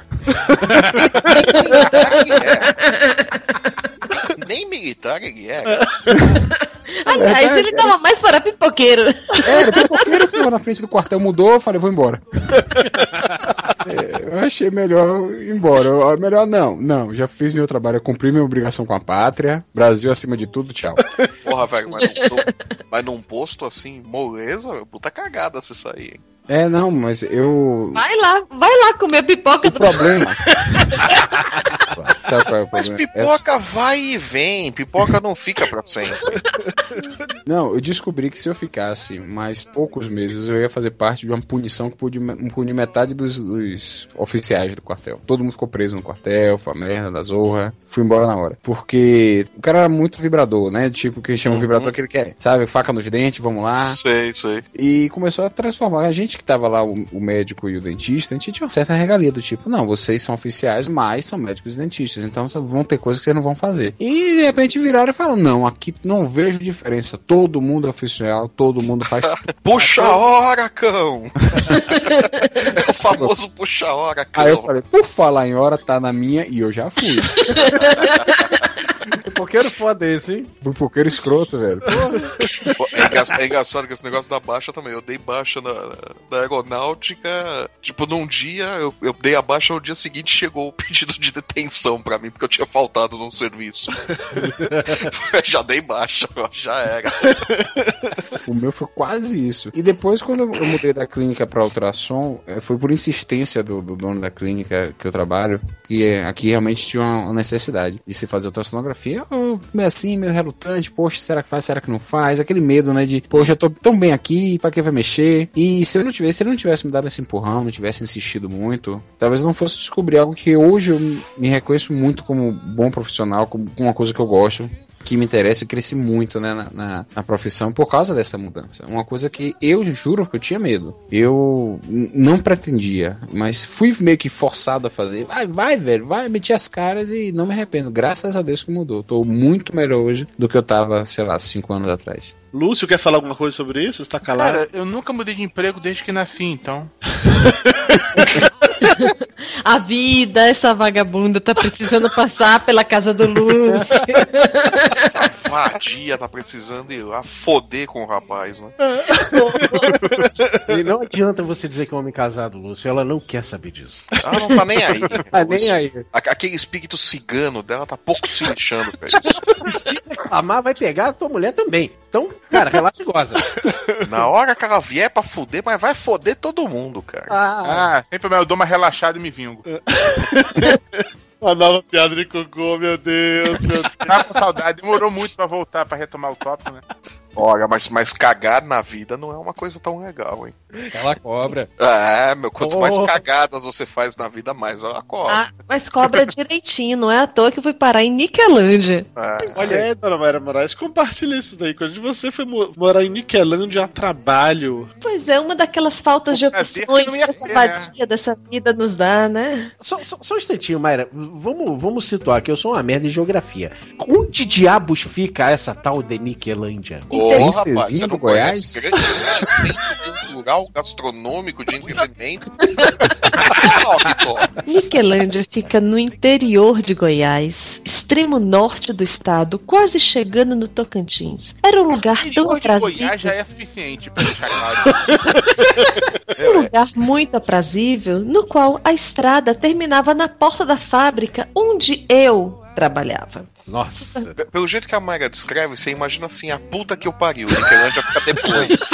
Nem militar ele é. Aliás, ele tava mais para pipoqueiro. Pipoqueiro ficou na frente do quartel, mudou, eu falei, vou embora. Eu achei melhor ir embora. Melhor não, já fiz meu trabalho, eu cumpri minha obrigação com a pátria, Brasil acima de tudo, tchau. Porra, velho, mas num posto assim, moleza, puta cagada se sair, hein? Não, mas eu... Vai lá comer pipoca O problema... Sabe qual é o problema? Mas pipoca vai e vem, pipoca não fica pra sempre. Não, eu descobri que se eu ficasse mais poucos meses, eu ia fazer parte de uma punição que punir metade dos oficiais do quartel. Todo mundo ficou preso no quartel, foi a merda da zorra. Fui embora na hora. Porque o cara era muito vibrador, né? Tipo, que chama vibrador que ele quer, sabe? Faca nos dentes, vamos lá. Sei. E começou a transformar. A gente que tava lá, o médico e o dentista, a gente tinha uma certa regalia do tipo, não, vocês são oficiais, mas são médicos e dentistas, então vão ter coisas que vocês não vão fazer. E de repente viraram e falaram, não, aqui não vejo diferença, todo mundo é oficial, todo mundo faz... Puxa a hora, cão! É o famoso puxa a hora, cão. Aí eu falei, por falar em hora, tá na minha e eu já fui. Pipoqueiro foda esse, hein? Pipoqueiro escroto, velho. É engraçado que esse negócio da baixa também. Eu dei baixa na aeronáutica. Tipo, num dia, eu dei a baixa, no dia seguinte chegou o pedido de detenção pra mim, porque eu tinha faltado num serviço. Já dei baixa, já era. O meu foi quase isso. E depois, quando eu mudei da clínica pra ultrassom, foi por insistência do dono da clínica que eu trabalho, que aqui realmente tinha uma necessidade de se fazer ultrassonografia. Meio assim, meio relutante, poxa, será que faz, será que não faz? Aquele medo, né, de, poxa, eu tô tão bem aqui, pra que vai mexer? E se ele não tivesse me dado esse empurrão, não tivesse insistido muito, talvez eu não fosse descobrir algo que hoje eu me reconheço muito como bom profissional, como uma coisa que eu gosto, que me interessa, e cresci muito, né, na profissão por causa dessa mudança. Uma coisa que eu juro que eu tinha medo. Eu não pretendia, mas fui meio que forçado a fazer. Vai, velho, meti as caras e não me arrependo. Graças a Deus que mudou. Tô muito melhor hoje do que eu tava, sei lá, 5 anos atrás. Lúcio, quer falar alguma coisa sobre isso? Você tá calado? Cara, eu nunca mudei de emprego desde que nasci, então. A vida, essa vagabunda tá precisando passar pela casa do Lúcio. Essa vadia tá precisando ir lá foder com o rapaz, né? E não adianta você dizer que é um homem casado, Lúcio. Ela não quer saber disso. Ela não tá nem aí. Nem aí. Aquele espírito cigano dela tá pouco se lixando pra isso. E se reclamar, vai pegar a tua mulher também. Então, cara, relaxa e goza. Na hora que ela vier pra foder, mas vai foder todo mundo, cara. Sempre eu dou uma relaxada e me vingo. Uma nova piada de cocô, meu Deus. Tá com saudade, demorou muito pra voltar, pra retomar o tópico, né? Olha, mas cagar na vida não é uma coisa tão legal, hein? Ela cobra. Quanto mais cagadas você faz na vida, mais ela cobra. Mas cobra direitinho, não é à toa que eu fui parar em Niquelândia. Olha aí, dona Mayra Moraes, compartilha isso daí. Quando você foi morar em Niquelândia a trabalho. Pois é, uma daquelas faltas de opções que essa vadia dessa vida nos dá, né? Só um instantinho, Mayra. Vamos situar aqui, eu sou uma merda em geografia. Onde diabos fica essa tal de Niquelândia? Princesinha do Goiás? Grande centro cultural, gastronômico, de entretenimento. Niquelândia fica no interior de Goiás, extremo norte do estado, quase chegando no Tocantins. Era um lugar tão aprazível. Goiás já é suficiente pra deixar claro. Um lugar muito aprazível, no qual a estrada terminava na porta da fábrica onde eu trabalhava. Nossa. Pelo jeito que a Mayra descreve, você imagina assim, a puta que eu pariu. Niquelândia fica depois.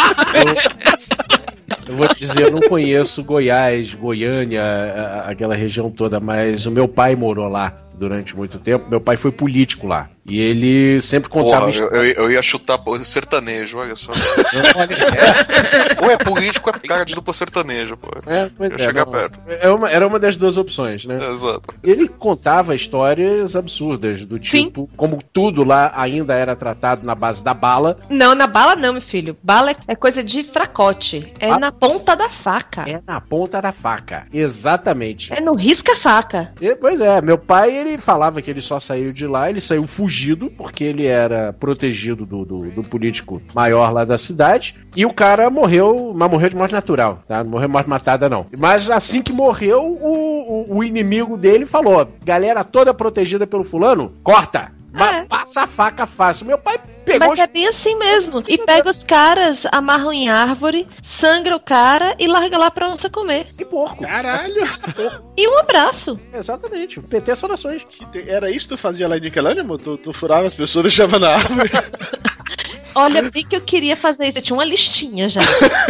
Eu vou te dizer, eu não conheço Goiás, Goiânia, aquela região toda, mas o meu pai morou lá durante muito tempo. Meu pai foi político lá. E ele sempre contava... eu ia chutar sertanejo, olha só. Ou é político, ou é cara de dupla sertanejo, pô. Pois chega perto. Era uma das duas opções, né? Exato. Ele contava histórias absurdas, do tipo, como tudo lá ainda era tratado na base da bala. Não, na bala não, meu filho. Bala é coisa de fracote. É na ponta da faca. É na ponta da faca, exatamente. É no risca-faca. Pois é, meu pai, ele falava que ele só saiu de lá, ele saiu fugido, porque ele era protegido do político maior lá da cidade, e o cara morreu, mas morreu de morte natural, tá? Não morreu de morte matada, não. Mas assim que morreu, o inimigo dele falou, galera toda protegida pelo fulano, corta! Passa a faca fácil. Meu pai pegou... Mas é bem assim mesmo. E pega os caras, amarram em árvore, sangra o cara e larga lá pra onça comer. E porco. Caralho! E um abraço. Exatamente. PT Saudações. Era isso que tu fazia lá em Nickelândia, amor? Tu furava as pessoas e deixava na árvore. Olha, bem que eu queria fazer isso. Eu tinha uma listinha já.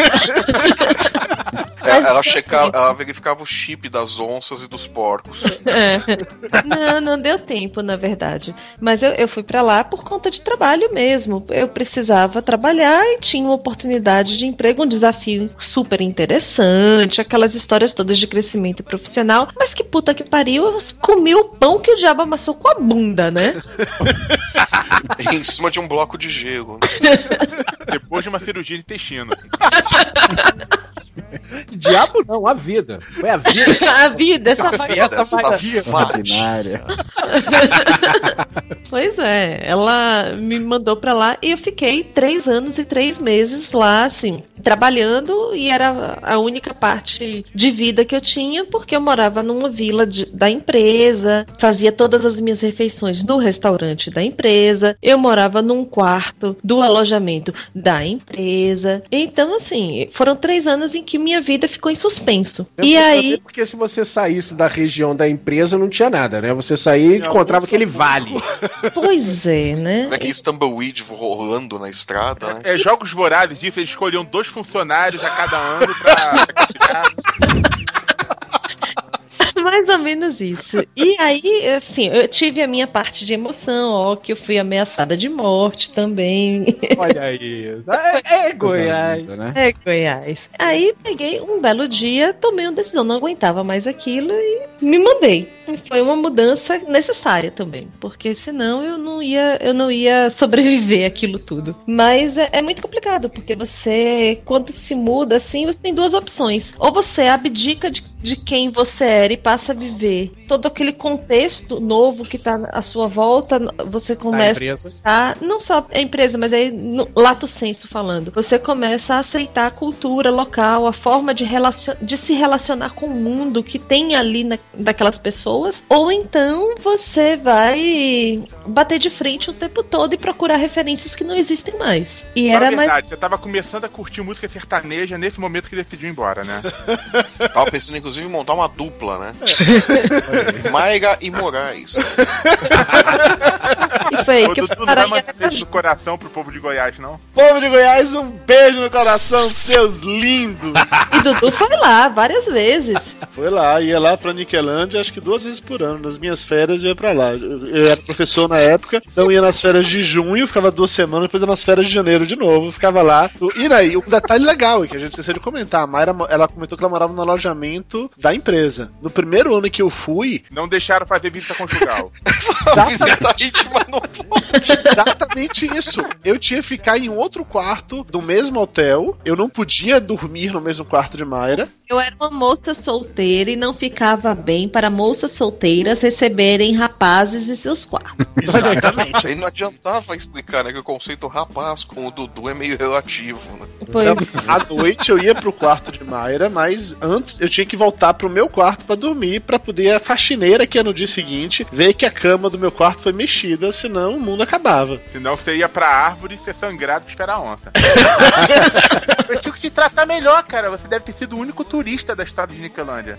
Ela verificava o chip das onças e dos porcos. Não deu tempo, na verdade. Mas eu fui pra lá por conta de trabalho mesmo. Eu precisava trabalhar e tinha uma oportunidade de emprego, um desafio super interessante, aquelas histórias todas de crescimento profissional. Mas que puta que pariu, eu comi o pão que o diabo amassou com a bunda, né? Em cima de um bloco de gelo. Depois de uma cirurgia de intestino. Diabo não, a vida. Foi a vida. A vida, essa maquinária. Pois é, ela me mandou pra lá e eu fiquei 3 anos e 3 meses lá, assim, trabalhando, e era a única parte de vida que eu tinha, porque eu morava numa vila da empresa, fazia todas as minhas refeições no restaurante da empresa, eu morava num quarto do alojamento da empresa. Então, assim, foram 3 anos em que minha vida ficou em suspenso. E aí... Porque se você saísse da região da empresa, não tinha nada, né? Você saía e encontrava aquele vale. Pois é, né? Aquele tumbleweed rolando na estrada, né? Jogos vorazes disso, eles escolhiam 2 funcionários a cada ano pra Mais ou menos isso. E aí, assim, eu tive a minha parte de emoção, ó, que eu fui ameaçada de morte também. Olha aí. É Goiás. Né? É Goiás. Aí peguei um belo dia, tomei uma decisão, não aguentava mais aquilo e me mudei. E foi uma mudança necessária também, porque senão eu não ia sobreviver aquilo tudo. Mas é muito complicado, porque você, quando se muda assim, você tem 2 opções. Ou você abdica de quem você era e passa a viver todo aquele contexto novo que tá à sua volta, você começa a... Não só a empresa, mas aí, no lato sensu falando, você começa a aceitar a cultura local, a forma de se relacionar com o mundo que tem ali daquelas pessoas, ou então você vai bater de frente o tempo todo e procurar referências que não existem mais. E era verdade, você tava começando a curtir música sertaneja nesse momento que decidiu ir embora, né? Tava pensando, inclusive, em montar uma dupla, né? Maiga e Moraes. E foi aí que eu não dá mais beijo no coração pro povo de Goiás, não? Povo de Goiás, um beijo no coração, seus lindos! E Dudu foi lá várias vezes. Foi lá, ia lá pra Nickelândia, acho que 2 vezes por ano. Nas minhas férias eu ia pra lá. Eu era professor na época, então ia nas férias de junho, ficava 2 semanas, depois ia nas férias de janeiro de novo, ficava lá. E aí, um detalhe legal é que a gente esqueceu de comentar, a Mayra, ela comentou que ela morava no alojamento da empresa. No primeiro ano que eu fui... Não deixaram fazer visita conjugal. Exatamente isso. Eu tinha que ficar em outro quarto do mesmo hotel, eu não podia dormir no mesmo quarto de Mayra. Eu era uma moça solteira e não ficava bem para moças solteiras receberem rapazes em seus quartos. Exatamente. Aí não adiantava explicar, né, que o conceito rapaz com o Dudu é meio relativo, né? Então, à noite eu ia pro quarto de Mayra, mas antes eu tinha que voltar pro meu quarto pra dormir, pra poder a faxineira que ia no dia seguinte ver que a cama do meu quarto foi mexida, senão o mundo acabava. Senão você ia pra árvore e ser sangrado pra esperar a onça. Eu tinha que te tratar melhor, cara. Você deve ter sido o único turista da história de Nickelândia.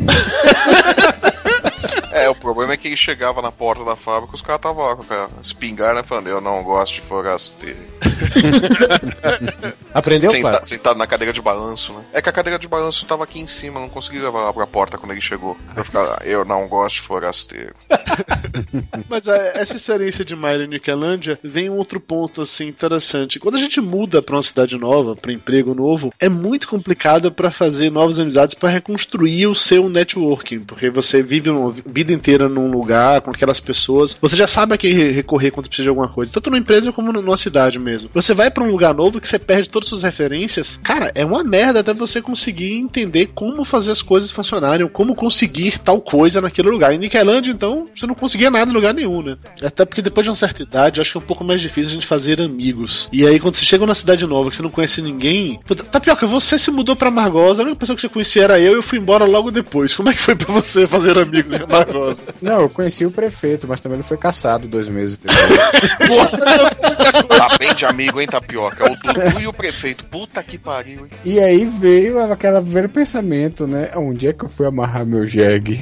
O problema é que ele chegava na porta da fábrica e os caras estavam lá com a espingarda, né, falando, eu não gosto de forasteiro. Aprendeu, cara? Sentado na cadeira de balanço, né? É que a cadeira de balanço tava aqui em cima, não consegui levar lá pra porta quando ele chegou. Pra ficar, eu não gosto de forasteiro. Mas essa experiência de Mayra em Nickelândia vem um outro ponto, assim, interessante. Quando a gente muda pra uma cidade nova, pra emprego novo, é muito complicado pra fazer novas amizades, pra reconstruir o seu networking, porque você vive uma vida inteira num lugar, com aquelas pessoas, você já sabe a quem recorrer quando precisa de alguma coisa, tanto numa empresa como numa cidade mesmo. Você vai pra um lugar novo que você perde todas as suas referências, cara, é uma merda até você conseguir entender como fazer as coisas funcionarem, como conseguir tal coisa naquele lugar. Em Nickelândia, então, você não conseguia nada em lugar nenhum, né? Até porque depois de uma certa idade, eu acho que é um pouco mais difícil a gente fazer amigos. E aí, quando você chega numa cidade nova, que você não conhece ninguém, Tapioca, você se mudou pra Amargosa, a única pessoa que você conhecia era eu fui embora logo depois. Como é que foi pra você fazer amigos em Amargosa? Margosa. Não, eu conheci o prefeito, mas também ele foi caçado 2 meses depois. Tá bem de amigo, hein, Tapioca? O Dudu e o prefeito. Puta que pariu, hein? E aí veio aquele velho pensamento, né? Onde é que eu fui amarrar meu jegue?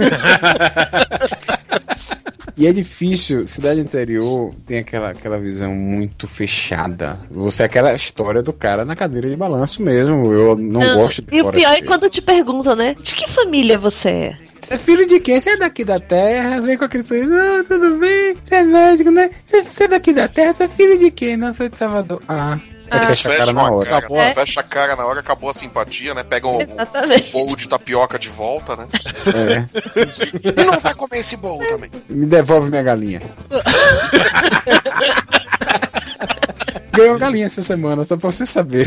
E é difícil, cidade interior tem aquela visão muito fechada. Você é aquela história do cara na cadeira de balanço mesmo. Eu não gosto de E o pior é quando te perguntam, né? De que família você é? Você é filho de quem? Você é daqui da terra? Vem com aquele sorriso, tudo bem? Você é médico, né? Você é daqui da terra? Você é filho de quem? Não, sou de Salvador. Fecha a cara na hora. Fecha a cara na hora, acabou a simpatia, né? Pega o bolo de tapioca de volta, né? E não vai comer esse bolo também. Me devolve minha galinha. Ganhou galinha essa semana, só pra você saber.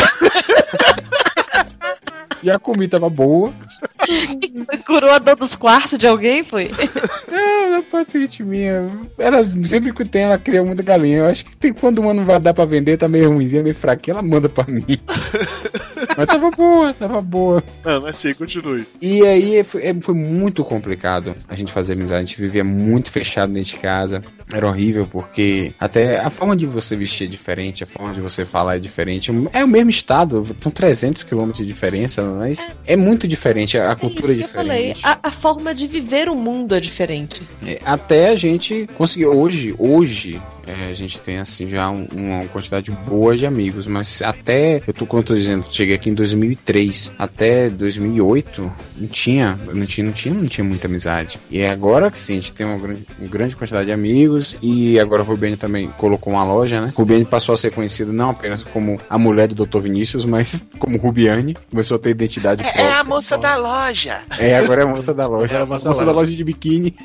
Já comi, tava boa. Curou a dor dos quartos de alguém, foi? Não, paciente minha. Ela sempre que tem, ela cria muita galinha. Eu acho que tem quando uma não vai dar pra vender, tá meio ruimzinha, meio fraquinha, ela manda pra mim. Mas tava boa. Não, mas sim, continue. E aí foi muito complicado a gente fazer amizade. A gente vivia muito fechado dentro de casa. Era horrível porque até a forma de você vestir é diferente, a forma de você falar é diferente. É o mesmo estado, são 300 quilômetros de diferença, mas é muito diferente, a cultura é diferente. Eu falei, a forma de viver o mundo é diferente. Até a gente conseguir, hoje a gente tem assim já uma quantidade boa de amigos, mas até, como eu tô dizendo, cheguei aqui em 2003, até 2008 não tinha muita amizade. E agora que sim, a gente tem uma grande quantidade de amigos, e agora o Rubiane também colocou uma loja, né? Rubiane passou a ser conhecido não apenas como a mulher do Dr. Vinícius, mas como Rubiane, começou a ter identidade própria. É a moça da loja. Agora é a moça da loja. É a moça da loja de biquíni.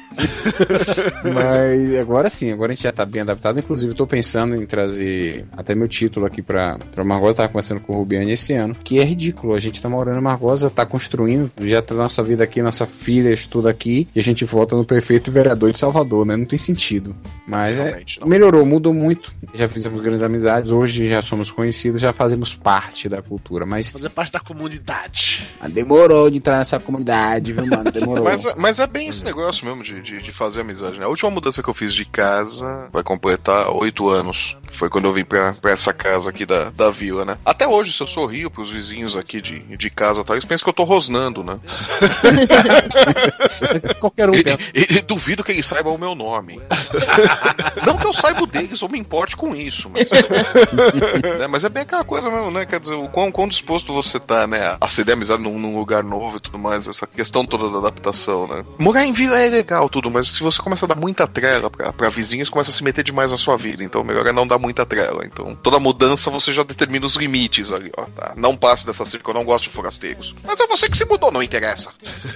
Mas agora sim, agora a gente já tá bem adaptado. Inclusive, eu tô pensando em trazer até meu título aqui pra Margosa. Eu tava conversando com o Rubiane esse ano, que é ridículo. A gente tá morando em Margosa, tá construindo, já tá nossa vida aqui, nossa filha estuda aqui, e a gente volta no prefeito e vereador de Salvador, né? Não tem sentido. Mas melhorou, mudou muito. Já fizemos grandes amizades, hoje já somos conhecidos, já fazemos parte da cultura, mas... Fazer parte da comunidade. Demorou de entrar nessa comunidade, viu, mano? Demorou. Mas é bem esse negócio mesmo de fazer amizade, né? A última mudança que eu fiz de casa vai completar 8 anos. Foi quando eu vim pra essa casa aqui da vila, né? Até hoje, se eu sorrio pros vizinhos aqui de casa, tá, eles pensam que eu tô rosnando, né? Qualquer um e duvido que eles saibam o meu nome. Não que eu saiba o deles ou me importe com isso, mas... né? Mas é bem aquela coisa mesmo, né? Quer dizer, o quão disposto você tá, né? A ceder amizade num lugar novo e tudo mais, essa questão toda da adaptação, né? Morar em vila é legal, tudo, mas se você começa a dar muita trela pra vizinhos, começa a se meter demais na sua vida, então melhor é não dar muita trela. Então, toda mudança você já determina os limites ali, ó, tá? Não passe dessa cerca, eu não gosto de forasteiros. Mas é você que se mudou, não interessa.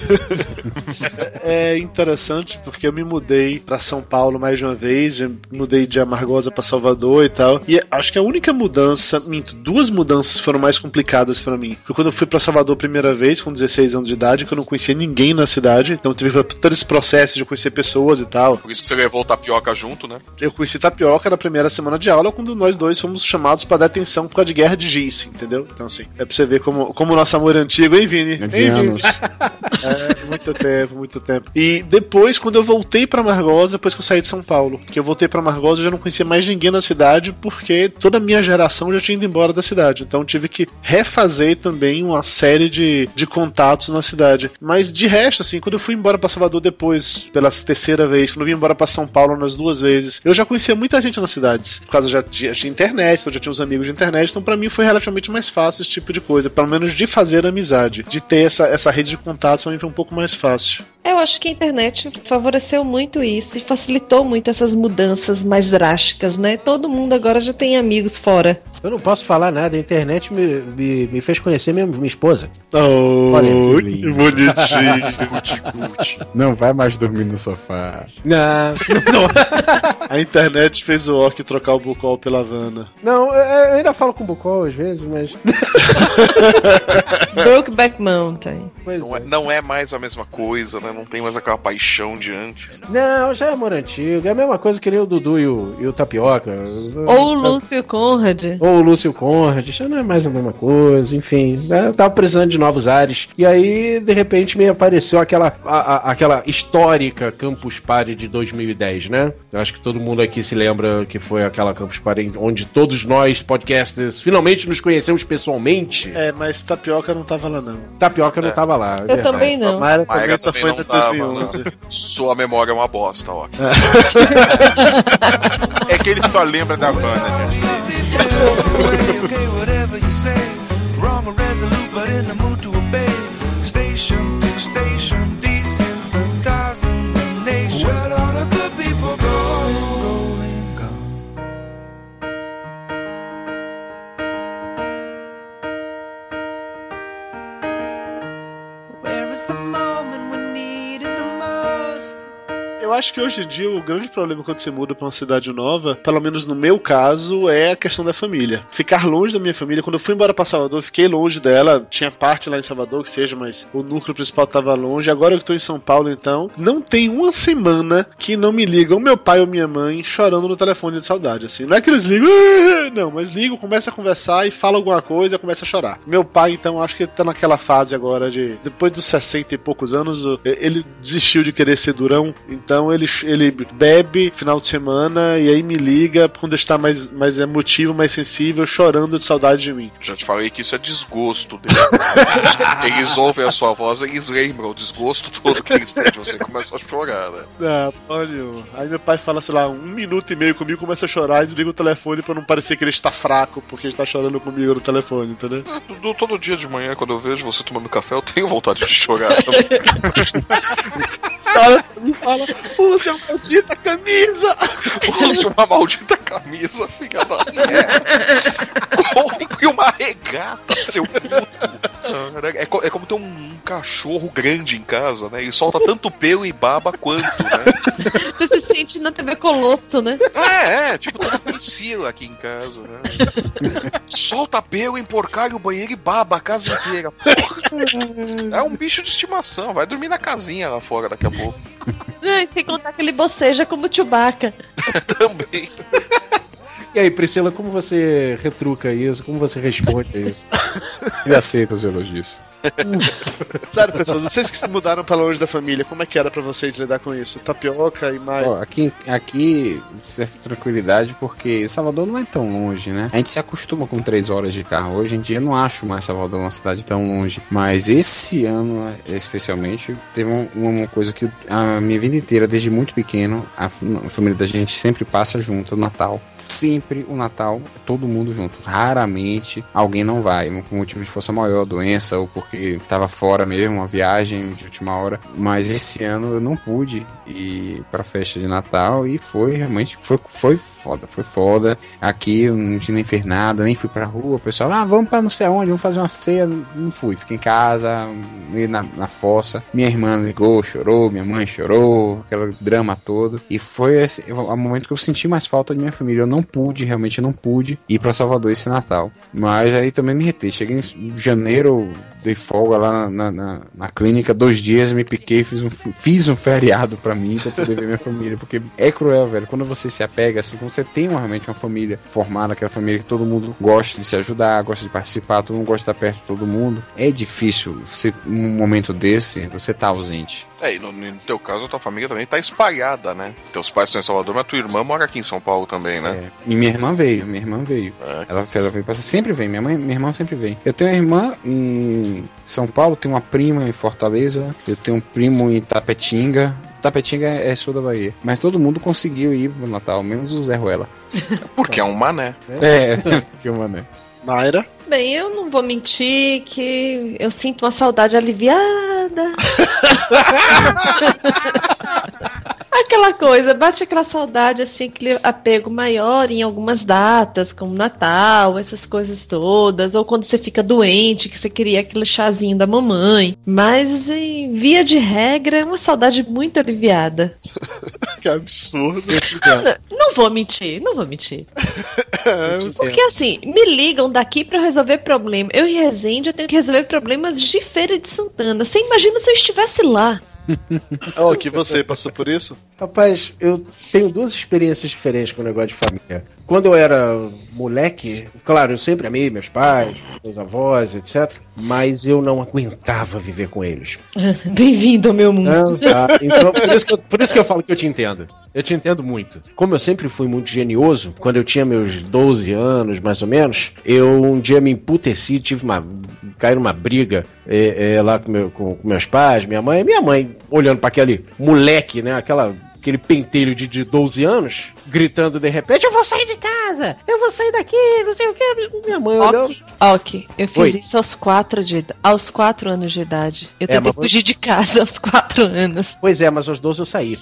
É interessante porque eu me mudei pra São Paulo mais de uma vez, já mudei de Amargosa pra Salvador e tal, e acho que a única mudança, duas mudanças foram mais complicadas pra mim. Foi quando eu fui pra Salvador a primeira vez, com 16 anos de idade, que eu não conhecia ninguém na cidade, então tive todo esse processo de conhecer pessoas e tal. Por isso que você levou o Tapioca junto, né? Eu conheci Tapioca na primeira semana de aula, quando nós dois fomos chamados pra dar atenção por causa de guerra de giz, entendeu? Então assim, é pra você ver como o nosso amor é antigo, hein, Vini? Hein, Vini? Muito tempo. E depois, quando eu voltei pra Margosa, depois que eu saí de São Paulo, que eu voltei pra Margosa, eu já não conhecia mais ninguém na cidade, porque toda a minha geração já tinha ido embora da cidade. Então tive que refazer também uma série de contatos na cidade. Mas de resto, assim, quando eu fui embora pra Salvador depois, pela terceira vez, quando eu vim embora pra São Paulo nas 2 vezes, eu já conhecia muita gente nas cidades. Por causa já tinha internet, então já tinha uns amigos de internet, então pra mim foi relativamente mais fácil esse tipo de coisa. Pelo menos de fazer amizade. De ter essa rede de contatos pra mim foi um pouco mais fácil. Eu acho que a internet favoreceu muito isso e facilitou muito essas mudanças mais drásticas, né? Todo mundo agora já tem amigos fora. Eu não posso falar nada, a internet me fez conhecer minha esposa. Oh, Olha, que bonitinho. Não vai mais dormir no sofá. Não. A internet fez o Orc trocar o Bucol pela Havana. Não, eu ainda falo com o Bucol às vezes, mas... Brokeback Mountain. Não é mais a mesma coisa, né? Não tem mais aquela paixão de antes. Não, já é amor antigo. É a mesma coisa que nem o Dudu e o Tapioca. Ou o Lúcio Conrad. Ou o Lúcio Conrad. Já não é mais a mesma coisa, enfim. Eu tava precisando de novos ares. E aí, de repente, me apareceu aquela histórica Campus Party de 2010, né? Eu acho que todo mundo aqui se lembra que foi aquela Campus Party onde todos nós, podcasters, finalmente nos conhecemos pessoalmente. Mas Tapioca não tava lá, não. Tapioca não tava lá. Eu também não. Mayra Mayra só foi em 2011. Sua memória é uma bosta, ó. É que ele só lembra da banda, gente. Okay, whatever you say, wrong or resolute, but in the mood to obey. Station to station, decent and cars in the nation. Where all the good people going, gone. Where is the moment we need it the most? Eu acho que hoje em dia o grande problema quando você muda pra uma cidade nova, pelo menos no meu caso, é a questão da família. Ficar longe da minha família. Quando eu fui embora pra Salvador, eu fiquei longe dela. Tinha parte lá em Salvador, que seja, mas o núcleo principal tava longe. Agora que eu tô em São Paulo, então, não tem uma semana que não me ligam meu pai ou minha mãe chorando no telefone de saudade, assim. Não é que eles ligam, não, mas ligam, começa a conversar e fala alguma coisa e começa a chorar. Meu pai, então, acho que ele tá naquela fase agora de, depois dos 60 e poucos anos, ele desistiu de querer ser durão, então ele bebe final de semana e aí me liga quando está mais emotivo, mais sensível, chorando de saudade de mim. Já te falei que isso é desgosto deles. Eles ouvem a sua voz e eles lembram o desgosto todo que eles têm de você e começam a chorar, né? Olha, aí meu pai fala, sei lá, 1 minuto e meio comigo, começa a chorar e desliga o telefone pra não parecer que ele está fraco porque ele está chorando comigo no telefone, entendeu? Todo dia de manhã, quando eu vejo você tomando café, eu tenho vontade de chorar. Fala, use a maldita camisa! Use uma maldita camisa, filha da merda! Compre uma regata, seu puto! É como ter um cachorro grande em casa, né? Ele solta tanto pelo e baba quanto, né? Você se sente na TV Colosso, né? Tipo, toda Priscila aqui em casa, né? Solta pelo, emporcalha o banheiro e baba a casa inteira. Porra. É um bicho de estimação, vai dormir na casinha lá fora daqui a pouco. Ai, sem contar que ele boceja como Chewbacca. Também. E aí, Priscila, como você retruca isso? Como você responde a isso? Ele aceita os elogios. Sério, pessoas, vocês que se mudaram pra longe da família, como é que era pra vocês lidar com isso? Tapioca e mais... Aqui, certa tranquilidade, porque Salvador não é tão longe, né? A gente se acostuma com 3 horas de carro. Hoje em dia eu não acho mais Salvador uma cidade tão longe. Mas esse ano, especialmente, teve uma coisa que a minha vida inteira, desde muito pequeno, a família da gente sempre passa junto, o Natal. Sempre o Natal, todo mundo junto. Raramente alguém não vai, por motivo de força maior, doença, ou porque tava fora mesmo, uma viagem de última hora. Mas esse ano eu não pude ir pra festa de Natal e foi realmente, foi foda. Aqui eu nem fiz nada, nem fui pra rua. O pessoal, vamos pra não sei aonde, vamos fazer uma ceia. Não fui, fiquei em casa, na fossa. Minha irmã ligou, chorou, minha mãe chorou, aquele drama todo. E foi o momento que eu senti mais falta de minha família. Eu realmente não pude ir pra Salvador esse Natal. Mas aí também me retei. Cheguei em janeiro, dei folga lá na clínica, 2 dias, me piquei, fiz um feriado pra mim, pra poder ver minha família, porque é cruel, velho, quando você se apega, assim, quando você tem realmente uma família formada, aquela família que todo mundo gosta de se ajudar, gosta de participar, todo mundo gosta de estar perto de todo mundo, é difícil, num momento desse, você tá ausente. E no teu caso, a tua família também tá espalhada, né? Teus pais estão em Salvador, mas tua irmã mora aqui em São Paulo também, né? E minha irmã veio. Ela veio, sempre vem, minha irmã sempre vem. Eu tenho uma irmã em São Paulo, tenho uma prima em Fortaleza, eu tenho um primo em Tapetinga. Tapetinga é sul da Bahia. Mas todo mundo conseguiu ir pro Natal, menos o Zé Ruela. Porque é um mané. Porque é um mané. Mayra? Bem, eu não vou mentir que eu sinto uma saudade aliviada. Aquela coisa, bate aquela saudade, assim, aquele apego maior em algumas datas, como Natal, essas coisas todas, ou quando você fica doente, que você queria aquele chazinho da mamãe. Mas, em via de regra, é uma saudade muito aliviada. Que absurdo. Não vou mentir. Porque assim, me ligam daqui pra resolver problema. Eu e Resende, eu tenho que resolver problemas de Feira de Santana. Você imagina se eu estivesse lá? Oh, que você passou por isso? Rapaz, eu tenho duas experiências diferentes com o negócio de família. Quando eu era moleque, claro, eu sempre amei meus pais, meus avós, etc. Mas eu não aguentava viver com eles. Bem-vindo ao meu mundo. Então, por isso que eu falo que eu te entendo. Eu te entendo muito. Como eu sempre fui muito genioso, quando eu tinha meus 12 anos, mais ou menos, eu um dia me emputeci, caí numa briga lá com meus pais, minha mãe olhando para aquele moleque, né, aquele pentelho de 12 anos, gritando de repente, eu vou sair de casa, eu vou sair daqui, não sei o que. Minha mãe olhou. Ok, eu fiz isso aos 4 anos de idade. Eu tentei fugir de casa aos 4 anos. Pois é, mas aos 12 eu saí.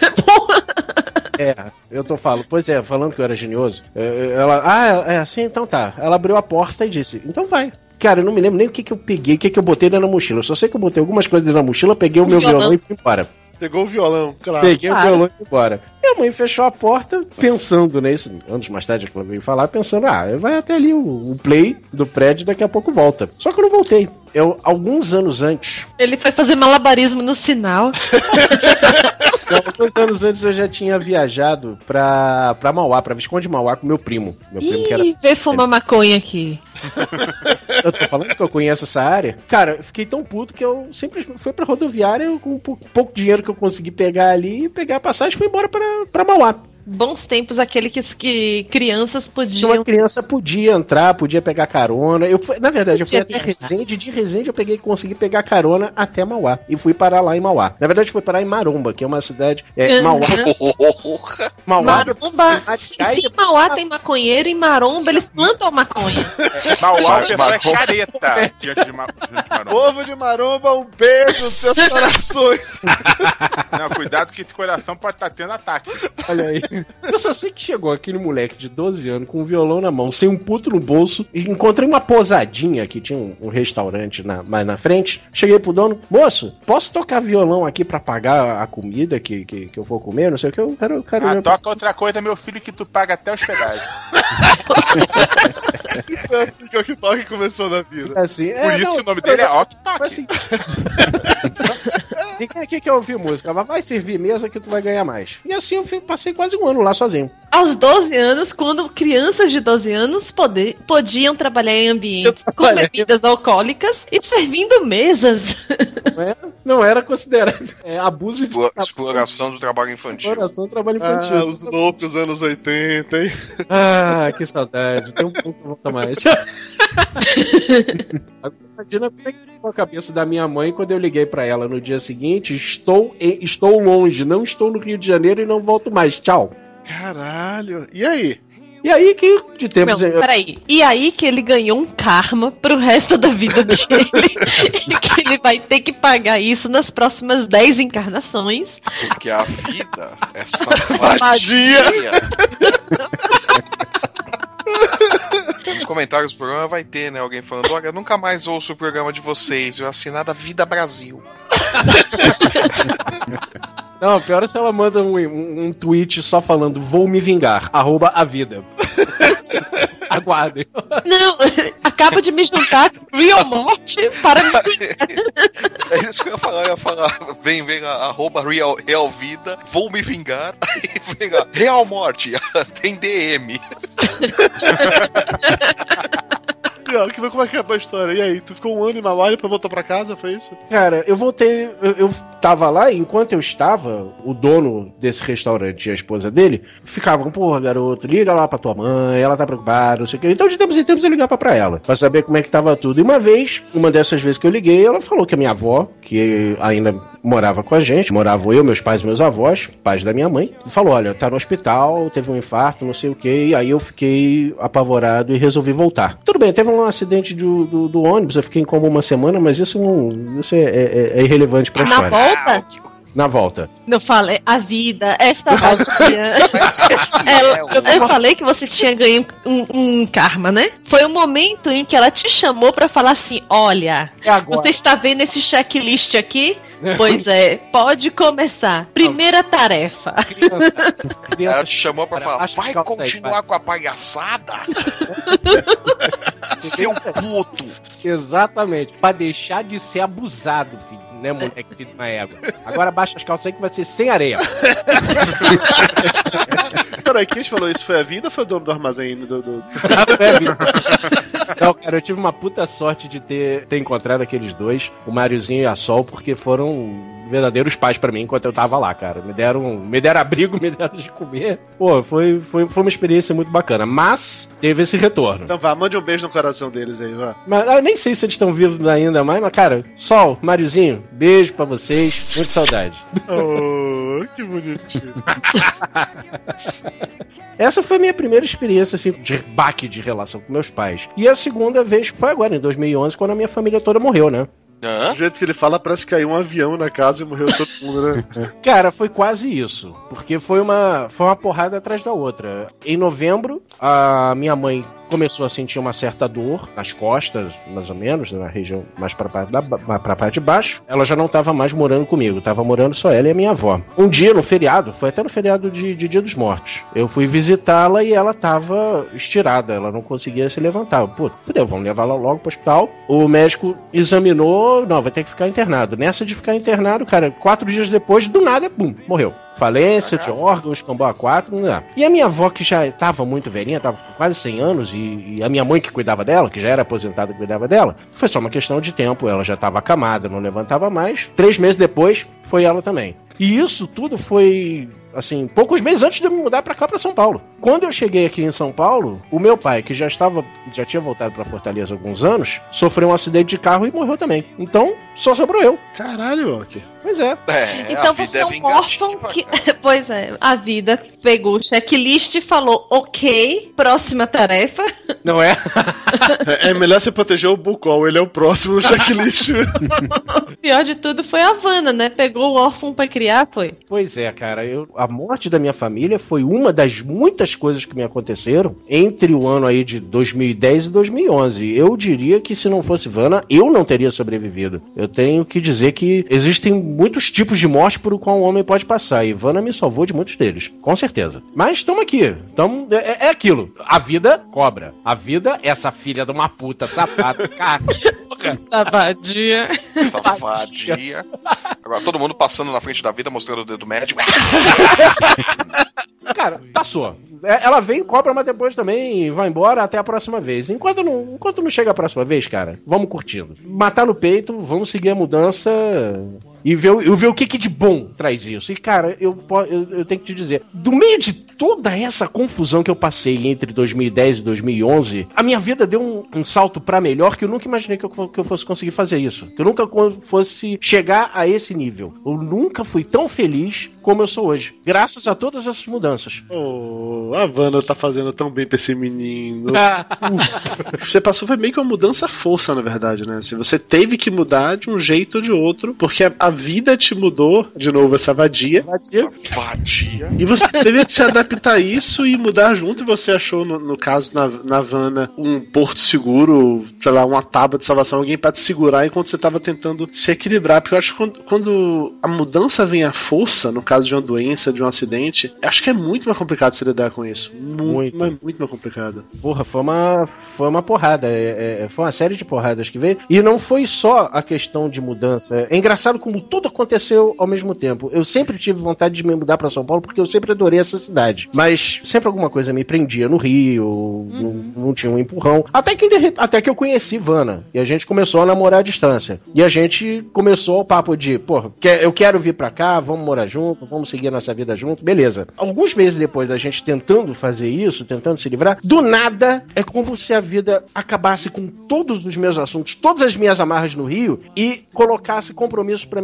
Eu tô falando, falando que eu era genioso. Ela, é assim, então tá. Ela abriu a porta e disse, então vai. Cara, eu não me lembro nem o que eu peguei, o que eu botei dentro da mochila. Eu só sei que eu botei algumas coisas dentro da mochila, peguei o meu violão e fui embora. Pegou o violão, claro. Peguei o violão e fui embora. Minha mãe fechou a porta, pensando nisso. Anos mais tarde ela veio falar, pensando, vai até ali o play do prédio, daqui a pouco volta. Só que eu não voltei. Alguns anos antes... Ele foi fazer malabarismo no sinal. Alguns anos antes eu já tinha viajado pra Mauá, pra Visconde de Mauá com meu primo. Veio fumar maconha aqui. Eu tô falando que eu conheço essa área. Cara, eu fiquei tão puto que eu sempre fui pra rodoviária com pouco dinheiro que eu consegui pegar ali, pegar a passagem e fui embora pra Mauá. Bons tempos, aquele que crianças podiam... Uma criança podia entrar, podia pegar carona. Na verdade, eu fui até Resende. De Resende eu consegui pegar carona até Mauá. E fui parar lá em Mauá. Na verdade, fui parar em Maromba, que é uma cidade... Mauá. Maromba. Se Mauá tem maconheiro, em Maromba eles plantam maconha. Mauá é careta diante de Maromba. Povo de Maromba, um beijo nos seus corações. Não, cuidado que esse coração pode estar tendo ataque. Olha aí. Eu só sei que chegou aquele moleque de 12 anos com um violão na mão, sem um puto no bolso, e encontrei uma posadinha que tinha um restaurante mais na frente. Cheguei pro dono, moço, posso tocar violão aqui pra pagar a comida que eu vou comer? Não sei o que, eu quero toca outra coisa, meu filho, que tu paga até hospedagem. É assim que o Ok-Tok começou na vida. Assim, Por isso que o nome dele é Ok-Tok. Assim, quem quer ouvir música? Vai servir mesa que tu vai ganhar mais. E assim eu passei quase um ano lá sozinho. Aos 12 anos, quando crianças de 12 anos podiam trabalhar em ambientes com bebidas alcoólicas e servindo mesas. Não era considerado abuso de exploração do trabalho infantil. Exploração do trabalho infantil. Os loucos anos 80, hein? Que saudade. Tem um pouco que volta mais. Imagina como é que ficou a cabeça da minha mãe quando eu liguei pra ela no dia seguinte. Estou longe, não estou no Rio de Janeiro e não volto mais. Tchau. Caralho. E aí? E aí que de tempos... Peraí. E aí que ele ganhou um karma pro resto da vida dele. E que ele vai ter que pagar isso nas próximas 10 encarnações. Porque a vida é só magia. Nos comentários do programa vai ter, né? Alguém falando, olha, eu nunca mais ouço o programa de vocês. Eu assinado a Vida Brasil. Não, pior é se ela manda um tweet só falando vou me vingar, @avida. Aguardem. Não, acabo de me juntar com Real Morte para me vingar. É isso que eu ia falar. Vem Real Vida, vou me vingar. Aí vem Real Morte, tem DM. Como é que é a história? E aí, tu ficou um ano em Mauá pra voltar pra casa, foi isso? Cara, eu voltei, eu tava lá e enquanto eu estava, o dono desse restaurante e a esposa dele ficavam, porra, garoto, liga lá pra tua mãe, ela tá preocupada, não sei o que. Então de tempos em tempos eu ligava pra ela, pra saber como é que tava tudo. E uma dessas vezes que eu liguei, ela falou que a minha avó, que ainda morava com a gente, morava eu, meus pais e meus avós, pais da minha mãe, falou, olha, tá no hospital, teve um infarto, não sei o que, e aí eu fiquei apavorado e resolvi voltar. Tudo bem, teve um acidente do ônibus, eu fiquei em coma uma semana, mas isso é irrelevante pra história. Na volta? na volta. Eu falei, a vida, essa vadia. Eu falei que você tinha ganho um karma, né? Foi o momento em que ela te chamou pra falar assim, olha, você está vendo esse checklist aqui? Pois é, pode começar. Primeira tarefa. Ela te chamou pra falar, vai continuar com a palhaçada? Seu puto. Exatamente, pra deixar de ser abusado, filho, né, moleque, filho de uma égua. Agora baixa as calças aí que vai ser sem areia. Peraí, quem falou isso? Foi a vida ou foi o dono do armazém? Não, cara, eu tive uma puta sorte de ter encontrado aqueles dois, o Máriozinho e a Sol, porque foram verdadeiros pais pra mim enquanto eu tava lá, cara. Me deram abrigo, me deram de comer. Pô, foi uma experiência muito bacana, mas teve esse retorno. Então vá, mande um beijo no coração deles aí, vá. Mas eu nem sei se eles estão vivos ainda mais, mas, cara, Sol, Máriozinho, beijo pra vocês, muita saudade. Oh, que bonitinho. Essa foi a minha primeira experiência, assim, de baque de relação com meus pais. E a segunda vez foi agora, em 2011, quando a minha família toda morreu, né? Do jeito que ele fala, parece que caiu um avião na casa e morreu todo mundo, né? Cara, foi quase isso. Porque foi uma porrada atrás da outra. Em novembro, a minha mãe começou a sentir uma certa dor nas costas, mais ou menos, na região mais pra parte de baixo. Ela já não estava mais morando comigo, estava morando só ela e a minha avó. Um dia, no feriado, foi até no feriado de Dia dos Mortos, eu fui visitá-la e ela estava estirada, ela não conseguia se levantar. Pô, fudeu, vamos levar ela logo pro hospital. O médico examinou, não, vai ter que ficar internado. Nessa de ficar internado, cara, 4 dias depois, do nada, pum, morreu. Falência de órgãos, cambau a 4, não dá. E a minha avó, que já estava muito velhinha, estava com quase 100 anos, e a minha mãe que cuidava dela, que já era aposentada e cuidava dela, foi só uma questão de tempo, ela já estava acamada, não levantava mais. 3 meses depois, foi ela também. E isso tudo foi, assim, poucos meses antes de eu me mudar pra cá, pra São Paulo. Quando eu cheguei aqui em São Paulo, o meu pai, que já tinha voltado pra Fortaleza há alguns anos, sofreu um acidente de carro e morreu também. Então, só sobrou eu. Caralho, ok. Pois é. Então você é um órfão que... Pois é, a vida pegou o checklist e falou, ok, próxima tarefa. Não é? É melhor você proteger o Bucol, ele é o próximo no checklist. O pior de tudo foi a Havana, né? Pegou o órfão pra criar, foi. Pois é, cara, a morte da minha família foi uma das muitas coisas que me aconteceram entre o ano aí de 2010 e 2011. Eu diria que se não fosse Havana, eu não teria sobrevivido. Eu tenho que dizer que existem muitos tipos de morte por o qual um homem pode passar, e Ivana me salvou de muitos deles, com certeza. Mas estamos aqui, é aquilo, a vida cobra, a vida, essa filha de uma puta, safada, cara, Safadinha. Agora todo mundo passando na frente da vida, mostrando o dedo médio. Cara, passou. Ela vem, cobra, mas depois também vai embora até a próxima vez. Enquanto não chega a próxima vez, cara, vamos curtindo. Matar no peito, vamos seguir a mudança e ver o que de bom traz isso. E, cara, eu tenho que te dizer, do meio de toda essa confusão que eu passei entre 2010 e 2011, a minha vida deu um salto pra melhor que eu nunca imaginei que eu fosse conseguir fazer isso. Que eu nunca fosse chegar a esse nível. Eu nunca fui tão feliz como eu sou hoje. Graças a todas essas mudanças. Oh, a Havana tá fazendo tão bem pra esse menino. Você passou, foi meio que uma mudança força, na verdade, né? Assim, você teve que mudar de um jeito ou de outro, porque a vida te mudou, de novo, essa vadia. E você teve que se adaptar a isso e mudar junto, e você achou, no caso, na Havana, um porto seguro, sei lá, uma tábua de salvação, alguém pra te segurar enquanto você tava tentando se equilibrar, porque eu acho que quando a mudança vem à força, no caso de uma doença, de um acidente, acho que é muito mais complicado se lidar com isso. Muito mais complicado. Porra, foi uma porrada. Foi uma série de porradas que veio. E não foi só a questão de mudança. É engraçado como tudo aconteceu ao mesmo tempo. Eu sempre tive vontade de me mudar pra São Paulo porque eu sempre adorei essa cidade. Mas sempre alguma coisa me prendia no Rio, não tinha um empurrão. Até que eu conheci Ivana. E a gente começou a namorar à distância. E a gente começou o papo de, porra, eu quero vir pra cá, vamos morar junto, vamos seguir nossa vida junto, beleza. Alguns meses depois da gente tentando fazer isso, tentando se livrar, do nada é como se a vida acabasse com todos os meus assuntos, todas as minhas amarras no Rio e colocasse compromisso pra mim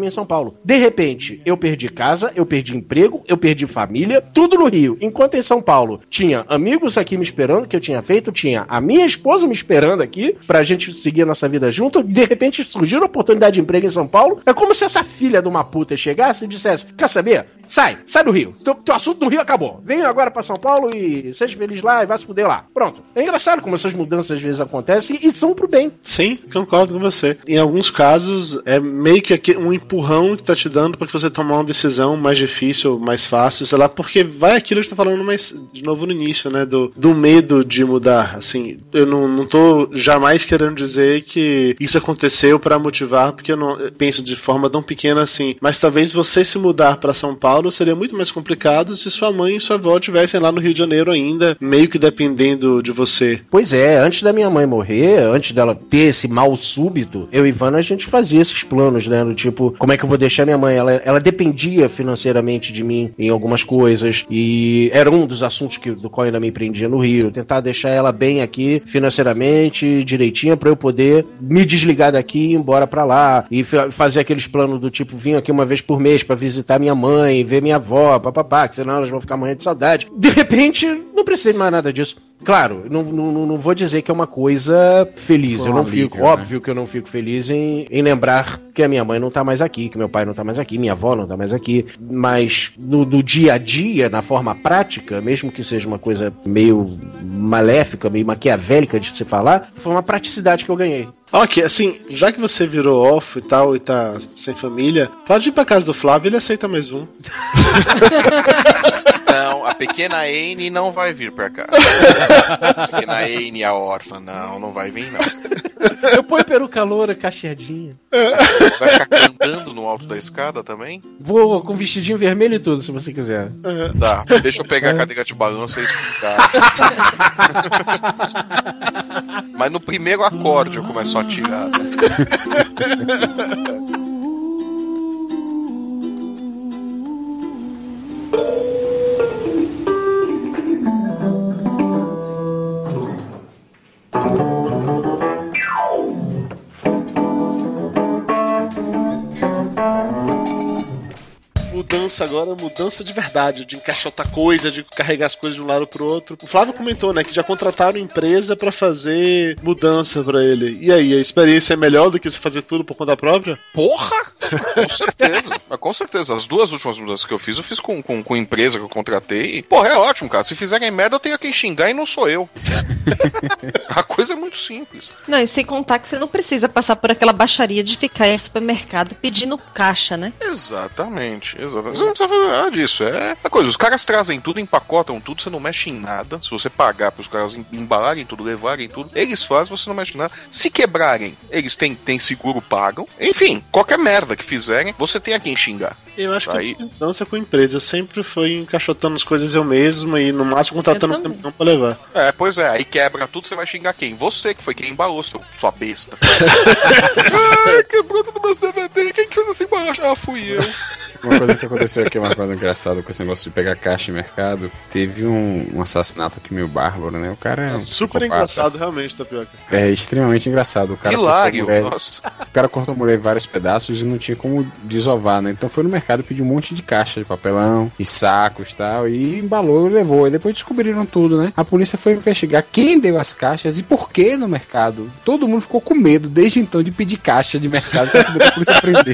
em São Paulo. De repente, eu perdi casa, eu perdi emprego, eu perdi família, tudo no Rio. Enquanto em São Paulo tinha amigos aqui me esperando, que eu tinha feito, tinha a minha esposa me esperando aqui, pra gente seguir a nossa vida junto, de repente surgiu a oportunidade de emprego em São Paulo. É como se essa filha de uma puta chegasse e dissesse, quer saber? Sai do Rio. Teu assunto no Rio acabou. Vem agora pra São Paulo e seja feliz lá e vai se fuder lá. Pronto. É engraçado como essas mudanças às vezes acontecem e são pro bem. Sim, concordo com você. Em alguns casos, é meio que um empurrão que tá te dando pra que você tomar uma decisão mais difícil, mais fácil, sei lá, porque vai aquilo que você tá falando mais de novo no início, né, do medo de mudar. Assim, eu não tô jamais querendo dizer que isso aconteceu pra motivar, porque eu penso de forma tão pequena assim, mas talvez você se mudar pra São Paulo seria muito mais complicado se sua mãe e sua avó estivessem lá no Rio de Janeiro ainda, meio que dependendo de você. Pois é, antes da minha mãe morrer, antes dela ter esse mal súbito, eu e Ivana, a gente fazia esses planos, né, no tipo, como é que eu vou deixar minha mãe? Ela dependia financeiramente de mim em algumas coisas, e era um dos assuntos do qual eu ainda me prendia no Rio, tentar deixar ela bem aqui, financeiramente, direitinho, pra eu poder me desligar daqui e ir embora pra lá, e fazer aqueles planos do tipo, vim aqui uma vez por mês pra visitar minha mãe, ver minha avó, papapá, que senão elas vão ficar morrendo de saudade. De repente, não precisa mais nada disso. Claro, não vou dizer que é uma coisa feliz. Eu não fico, óbvio que eu não fico feliz em lembrar que a minha mãe não tá mais aqui, que meu pai não tá mais aqui, minha avó não tá mais aqui. Mas no dia a dia, na forma prática, mesmo que seja uma coisa meio maléfica, meio maquiavélica de se falar, foi uma praticidade que eu ganhei. Ok, assim, já que você virou off e tal e tá sem família, pode ir pra casa do Flávio, ele aceita mais um. Não, a pequena Anne não vai vir pra cá. A pequena Anne, a órfã, não vai vir, não. Eu ponho peruca loura, cacheadinha. Vai ficar cantando no alto da escada também? Vou com vestidinho vermelho e tudo, se você quiser. Tá, deixa eu pegar a cadeira de balanço e explicar. Mas no primeiro acorde eu começo a tirar. Mudança agora, mudança de verdade, de encaixotar coisa, de carregar as coisas de um lado pro outro. O Flávio comentou, né, que já contrataram empresa pra fazer mudança pra ele. E aí, a experiência é melhor do que você fazer tudo por conta própria? Porra! Com certeza. Mas com certeza. As duas últimas mudanças que eu fiz com empresa que eu contratei. E, porra, é ótimo, cara. Se fizerem merda, eu tenho quem xingar e não sou eu. A coisa é muito simples. Não, e sem contar que você não precisa passar por aquela baixaria de ficar em supermercado pedindo caixa, né? Exatamente. Você não precisa fazer nada disso. É a coisa. Os caras trazem tudo, empacotam tudo, você não mexe em nada. Se você pagar para os caras embalarem tudo, levarem tudo, eles fazem, você não mexe em nada. Se quebrarem, eles têm seguro, pagam. Enfim, qualquer merda que fizerem, você tem a quem xingar. Eu acho que eu fiz dança com empresa. Eu sempre fui encaixotando as coisas eu mesmo e no máximo contratando um caminhão pra levar. É, pois é. Aí quebra tudo, você vai xingar quem? Você, que foi quem embalou, sua besta. Quebrou tudo meus DVD. Quem que fez essa embalagem? Ah, fui eu. Uma coisa que aconteceu aqui, uma coisa engraçada com esse negócio de pegar caixa em mercado. Teve um assassinato aqui meio bárbaro, né? O cara é super engraçado, realmente, Tapioca. É extremamente engraçado. O cara hilário, o cara cortou a mulher em vários pedaços e não tinha como desovar, né? Então foi no mercado, pediu um monte de caixa de papelão e sacos e tal, e embalou e levou. E depois descobriram tudo, né? A polícia foi investigar quem deu as caixas e por que no mercado. Todo mundo ficou com medo desde então de pedir caixa de mercado pra poder a polícia prender.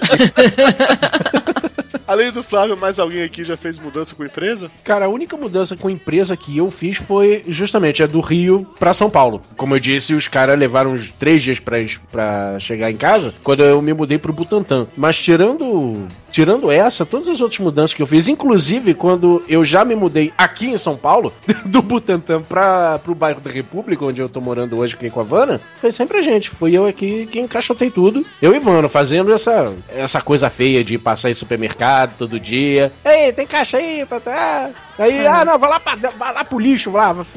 Além do Flávio, mais alguém aqui já fez mudança com empresa? Cara, a única mudança com empresa que eu fiz foi justamente a do Rio pra São Paulo. Como eu disse, os caras levaram uns 3 dias pra chegar em casa, quando eu me mudei pro Butantã. Mas tirando essa, todas as outras mudanças que eu fiz, inclusive quando eu já me mudei aqui em São Paulo, do Butantã pro bairro da República, onde eu tô morando hoje aqui com a Havana, foi sempre a gente. Fui eu aqui que encaixotei tudo. Eu e Ivana, fazendo essa coisa feia de passar em supermercado todo dia. Ei, tem caixa aí? Aí, não, vai lá pro lixo, vai ficar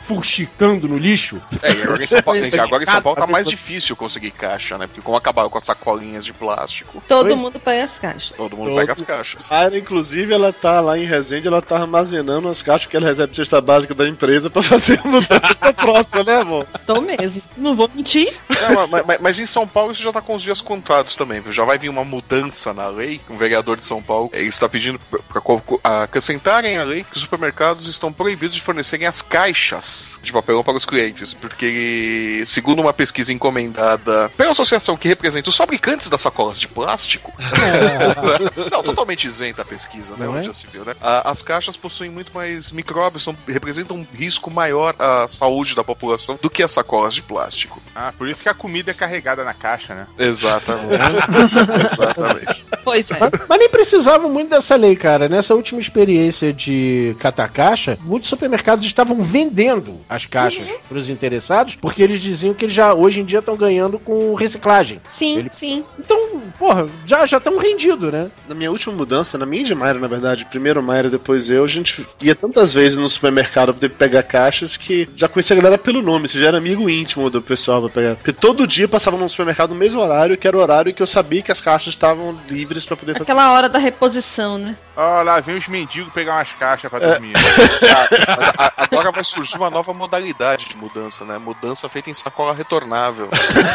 fuxicando no lixo. E agora em São Paulo tá mais difícil conseguir caixa, né? Porque como acabaram com as sacolinhas de plástico. Todo mundo pega as caixas. Todo mundo pega as caixas. A Mayra, inclusive, ela tá lá em Resende, ela tá armazenando as caixas que ela recebe de cesta básica da empresa pra fazer a mudança próxima, né, amor? Tô mesmo. Não vou mentir. Mas em São Paulo isso já tá com os dias contados também, viu? Já vai vir uma mudança na lei. Um vereador de São Paulo está pedindo pra acrescentarem a lei que os supermercados estão proibidos de fornecerem as caixas de papelão para os clientes, porque, segundo uma pesquisa encomendada pela associação que representa os fabricantes das sacolas de plástico, não, totalmente isenta a pesquisa, né? Onde já se viu, né? As caixas possuem muito mais micróbios, representam um risco maior à saúde da população do que as sacolas de plástico. Por isso que a comida é carregada na caixa, né? Exatamente. Exatamente. Pois é. Mas nem precisava muito dessa lei, cara. Nessa última experiência de catar caixa, muitos supermercados estavam vendendo as caixas para os interessados, porque eles diziam que eles já hoje em dia estão ganhando com reciclagem. Sim, sim. Então, porra, já estão rendidos, né? Na minha última mudança, na minha de Mayra, na verdade, primeiro Mayra, depois eu, a gente ia tantas vezes no supermercado pra poder pegar caixas que já conhecia a galera pelo nome, você já era amigo íntimo do pessoal pra pegar. Porque todo dia passava num supermercado no mesmo horário, que era o horário que eu sabia que as caixas estavam livres pra poder fazer. Aquela hora da reposição, né? Lá vem os mendigos pegar umas caixas pra dormir. Agora vai surgir uma nova modalidade de mudança, né? Mudança feita em sacola retornável.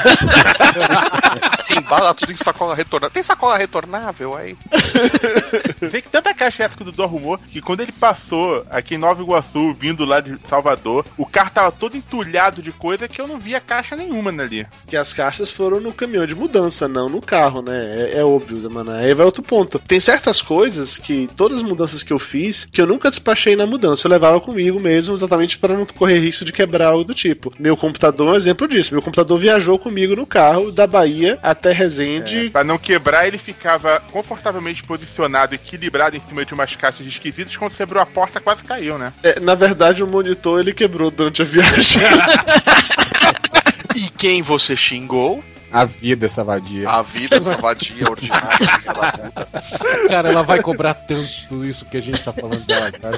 Embala tudo em sacola retornável. Tem sacola retornável aí? Sei que tanta caixa essa que o Dudu arrumou que quando ele passou aqui em Nova Iguaçu, vindo lá de Salvador, o carro tava todo entulhado de coisa que eu não via caixa nenhuma ali. Que as caixas foram no caminhão de mudança, não no carro, né? É óbvio, mano. Aí vai outro ponto. Tem certas coisas que, todas as mudanças que eu fiz, que eu nunca despachei na mudança. Eu levava comigo mesmo, exatamente para não correr risco de quebrar algo do tipo. Meu computador é um exemplo disso. Meu computador viajou comigo no carro da Bahia até Resende. Pra não quebrar, ele ficava confortavelmente posicionado, equilibrado em cima de umas caixas esquisitas. Quando você abriu a porta, quase caiu, né? Na verdade, o monitor ele quebrou durante a viagem. E quem você xingou? A vida, essa vadia. A vida, essa vadia ordinária, filha da puta. Cara, ela vai cobrar tanto isso que a gente tá falando dela, cara.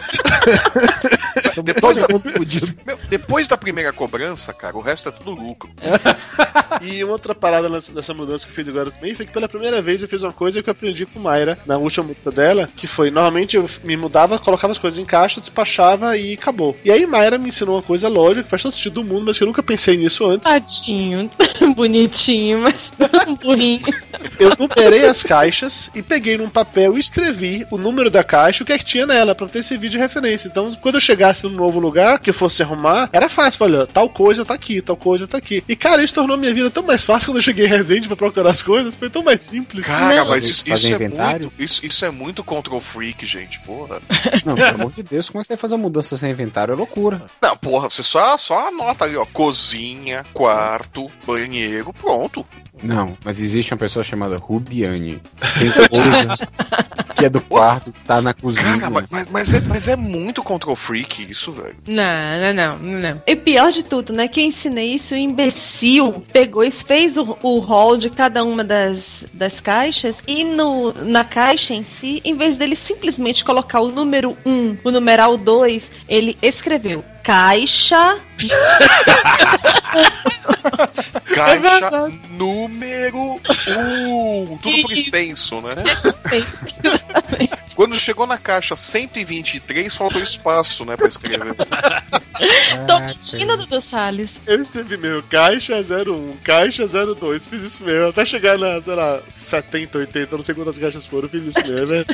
Depois da primeira cobrança, cara, o resto é tudo lucro. E uma outra parada nessa mudança que eu fiz agora também foi que pela primeira vez eu fiz uma coisa que eu aprendi com Mayra na última mudança dela, que foi, normalmente eu me mudava, colocava as coisas em caixa, despachava e acabou. E aí Mayra me ensinou uma coisa lógica, que faz todo sentido do mundo, mas que eu nunca pensei nisso antes. Tadinho, bonitinho, mas burrinho. Eu numerei as caixas e peguei num papel e escrevi o número da caixa, o que é que tinha nela, pra ter esse vídeo de referência. Então, quando eu chegasse num novo lugar, que eu fosse arrumar, era fácil, olha, tal coisa tá aqui, tal coisa tá aqui. E, cara, isso tornou minha vida tão mais fácil quando eu cheguei em Resende pra procurar as coisas, foi tão mais simples. Cara, mas isso é muito control freak, gente, porra. Não, pelo amor de Deus, como é que você vai fazer uma mudança sem inventário? É loucura. Não, porra, você só anota ali, ó, cozinha, quarto, banheiro, pronto. Não, mas existe uma pessoa chamada Rubiane. Tem coisa que é do quarto, tá na cozinha. Cara, mas é muito control freak isso, velho. Não. E pior de tudo, né? Quem ensinei isso, o imbecil pegou e fez o rol de cada uma das caixas e na caixa em si, em vez dele simplesmente colocar o número 1, o numeral 2, ele escreveu caixa... Caixa número 1. Tudo por extenso, né? Quando chegou na caixa 123, faltou espaço, né, pra escrever. Tô mentindo, Dudu Salles. Eu escrevi mesmo, caixa 01, caixa 02, fiz isso mesmo. Até chegar na, sei lá, 70, 80, não sei quantas caixas foram, fiz isso mesmo, né?